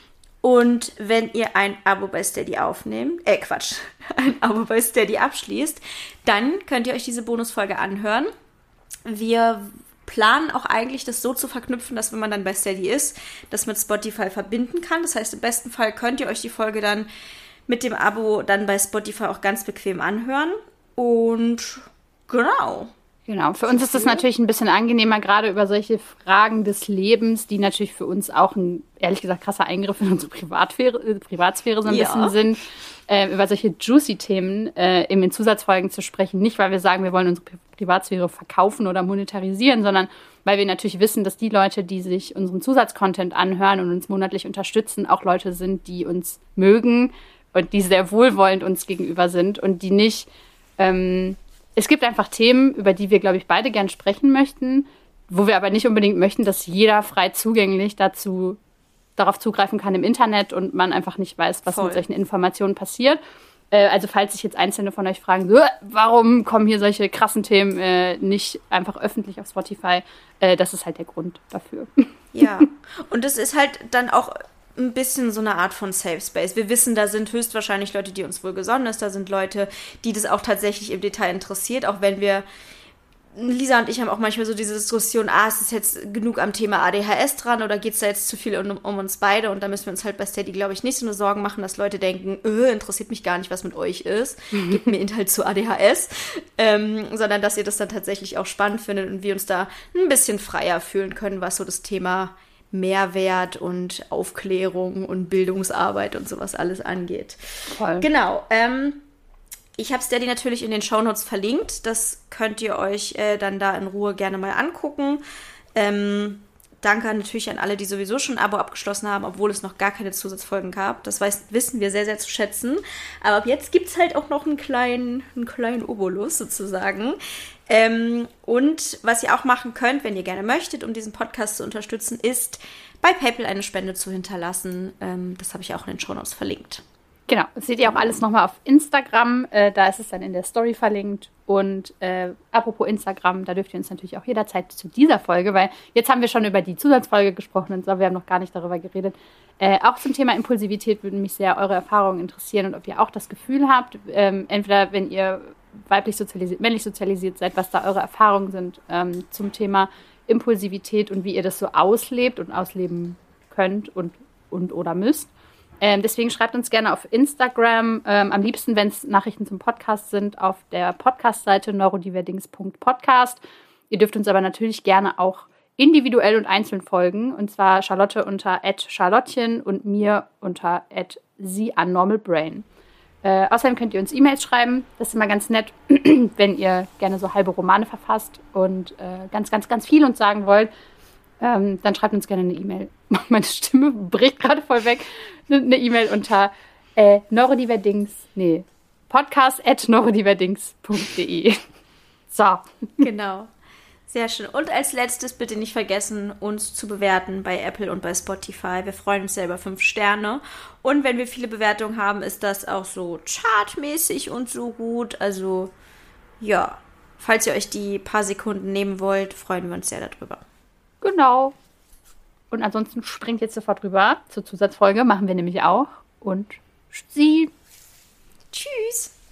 Und wenn ihr ein Abo bei Steady aufnehmt, äh Quatsch, ein Abo bei Steady abschließt, dann könnt ihr euch diese Bonusfolge anhören. Wir planen auch eigentlich, das so zu verknüpfen, dass wenn man dann bei Steady ist, das mit Spotify verbinden kann. Das heißt, im besten Fall könnt ihr euch die Folge dann mit dem Abo dann bei Spotify auch ganz bequem anhören. Und genau. Genau, für uns ist das natürlich ein bisschen angenehmer, gerade über solche Fragen des Lebens, die natürlich für uns auch ein, ehrlich gesagt, krasser Eingriff in unsere Privatsphäre, Privatsphäre so ein ja. bisschen sind, äh, über solche juicy Themen äh, in den Zusatzfolgen zu sprechen. Nicht, weil wir sagen, wir wollen unsere Privatsphäre verkaufen oder monetarisieren, sondern weil wir natürlich wissen, dass die Leute, die sich unseren Zusatzcontent anhören und uns monatlich unterstützen, auch Leute sind, die uns mögen und die sehr wohlwollend uns gegenüber sind und die nicht... Ähm, Es gibt einfach Themen, über die wir, glaube ich, beide gern sprechen möchten, wo wir aber nicht unbedingt möchten, dass jeder frei zugänglich dazu darauf zugreifen kann im Internet und man einfach nicht weiß, was Voll. mit solchen Informationen passiert. Äh, also falls sich jetzt Einzelne von euch fragen, so, warum kommen hier solche krassen Themen äh, nicht einfach öffentlich auf Spotify, äh, das ist halt der Grund dafür. Ja, und es ist halt dann auch ein bisschen so eine Art von Safe Space. Wir wissen, da sind höchstwahrscheinlich Leute, die uns wohlgesonnen ist, da sind Leute, die das auch tatsächlich im Detail interessiert, auch wenn wir, Lisa und ich haben auch manchmal so diese Diskussion, ah, ist es jetzt genug am Thema A D H S dran oder geht es da jetzt zu viel um, um uns beide und da müssen wir uns halt bei Steady, glaube ich, nicht so eine Sorgen machen, dass Leute denken, öh, interessiert mich gar nicht, was mit euch ist, gebt mir Inhalt zu A D H S, ähm, sondern dass ihr das dann tatsächlich auch spannend findet und wir uns da ein bisschen freier fühlen können, was so das Thema Mehrwert und Aufklärung und Bildungsarbeit und sowas alles angeht. Voll. Genau. Ähm, ich habe Steady natürlich in den Shownotes verlinkt. Das könnt ihr euch äh, dann da in Ruhe gerne mal angucken. Ähm, danke natürlich an alle, die sowieso schon ein Abo abgeschlossen haben, obwohl es noch gar keine Zusatzfolgen gab. Das weiß, wissen wir sehr, sehr zu schätzen. Aber ab jetzt gibt es halt auch noch einen kleinen, einen kleinen Obolus sozusagen. Ähm, und was ihr auch machen könnt, wenn ihr gerne möchtet, um diesen Podcast zu unterstützen, ist bei PayPal eine Spende zu hinterlassen. Ähm, das habe ich auch in den Shownotes verlinkt. Genau, das seht ihr auch alles nochmal auf Instagram. Äh, da ist es dann in der Story verlinkt. Und äh, apropos Instagram, da dürft ihr uns natürlich auch jederzeit zu dieser Folge, weil jetzt haben wir schon über die Zusatzfolge gesprochen und so, wir haben noch gar nicht darüber geredet. Äh, auch zum Thema Impulsivität würden mich sehr eure Erfahrungen interessieren und ob ihr auch das Gefühl habt, ähm, entweder wenn ihr weiblich sozialisiert, männlich sozialisiert seid, was da eure Erfahrungen sind ähm, zum Thema Impulsivität und wie ihr das so auslebt und ausleben könnt und, und oder müsst. Ähm, deswegen schreibt uns gerne auf Instagram, ähm, am liebsten, wenn es Nachrichten zum Podcast sind, auf der Podcast-Seite neurodiverdings punkt podcast. Ihr dürft uns aber natürlich gerne auch individuell und einzeln folgen. Und zwar Charlotte unter at charlottchen und mir unter at theunnormalbrain. Äh, außerdem könnt ihr uns E-Mails schreiben. Das ist immer ganz nett, wenn ihr gerne so halbe Romane verfasst und äh, ganz, ganz, ganz viel uns sagen wollt. Ähm, dann schreibt uns gerne eine E-Mail. Meine Stimme bricht gerade voll weg. Eine E-Mail unter äh, neurodiverdings, nee, podcast at neurodiverdings punkt de. So. Genau. Sehr schön. Und als letztes bitte nicht vergessen, uns zu bewerten bei Apple und bei Spotify. Wir freuen uns sehr über fünf Sterne. Und wenn wir viele Bewertungen haben, ist das auch so chartmäßig und so gut. Also, ja, falls ihr euch die paar Sekunden nehmen wollt, freuen wir uns sehr darüber. Genau. Und ansonsten springt jetzt sofort rüber zur Zusatzfolge. Machen wir nämlich auch. Und sie. Tschüss.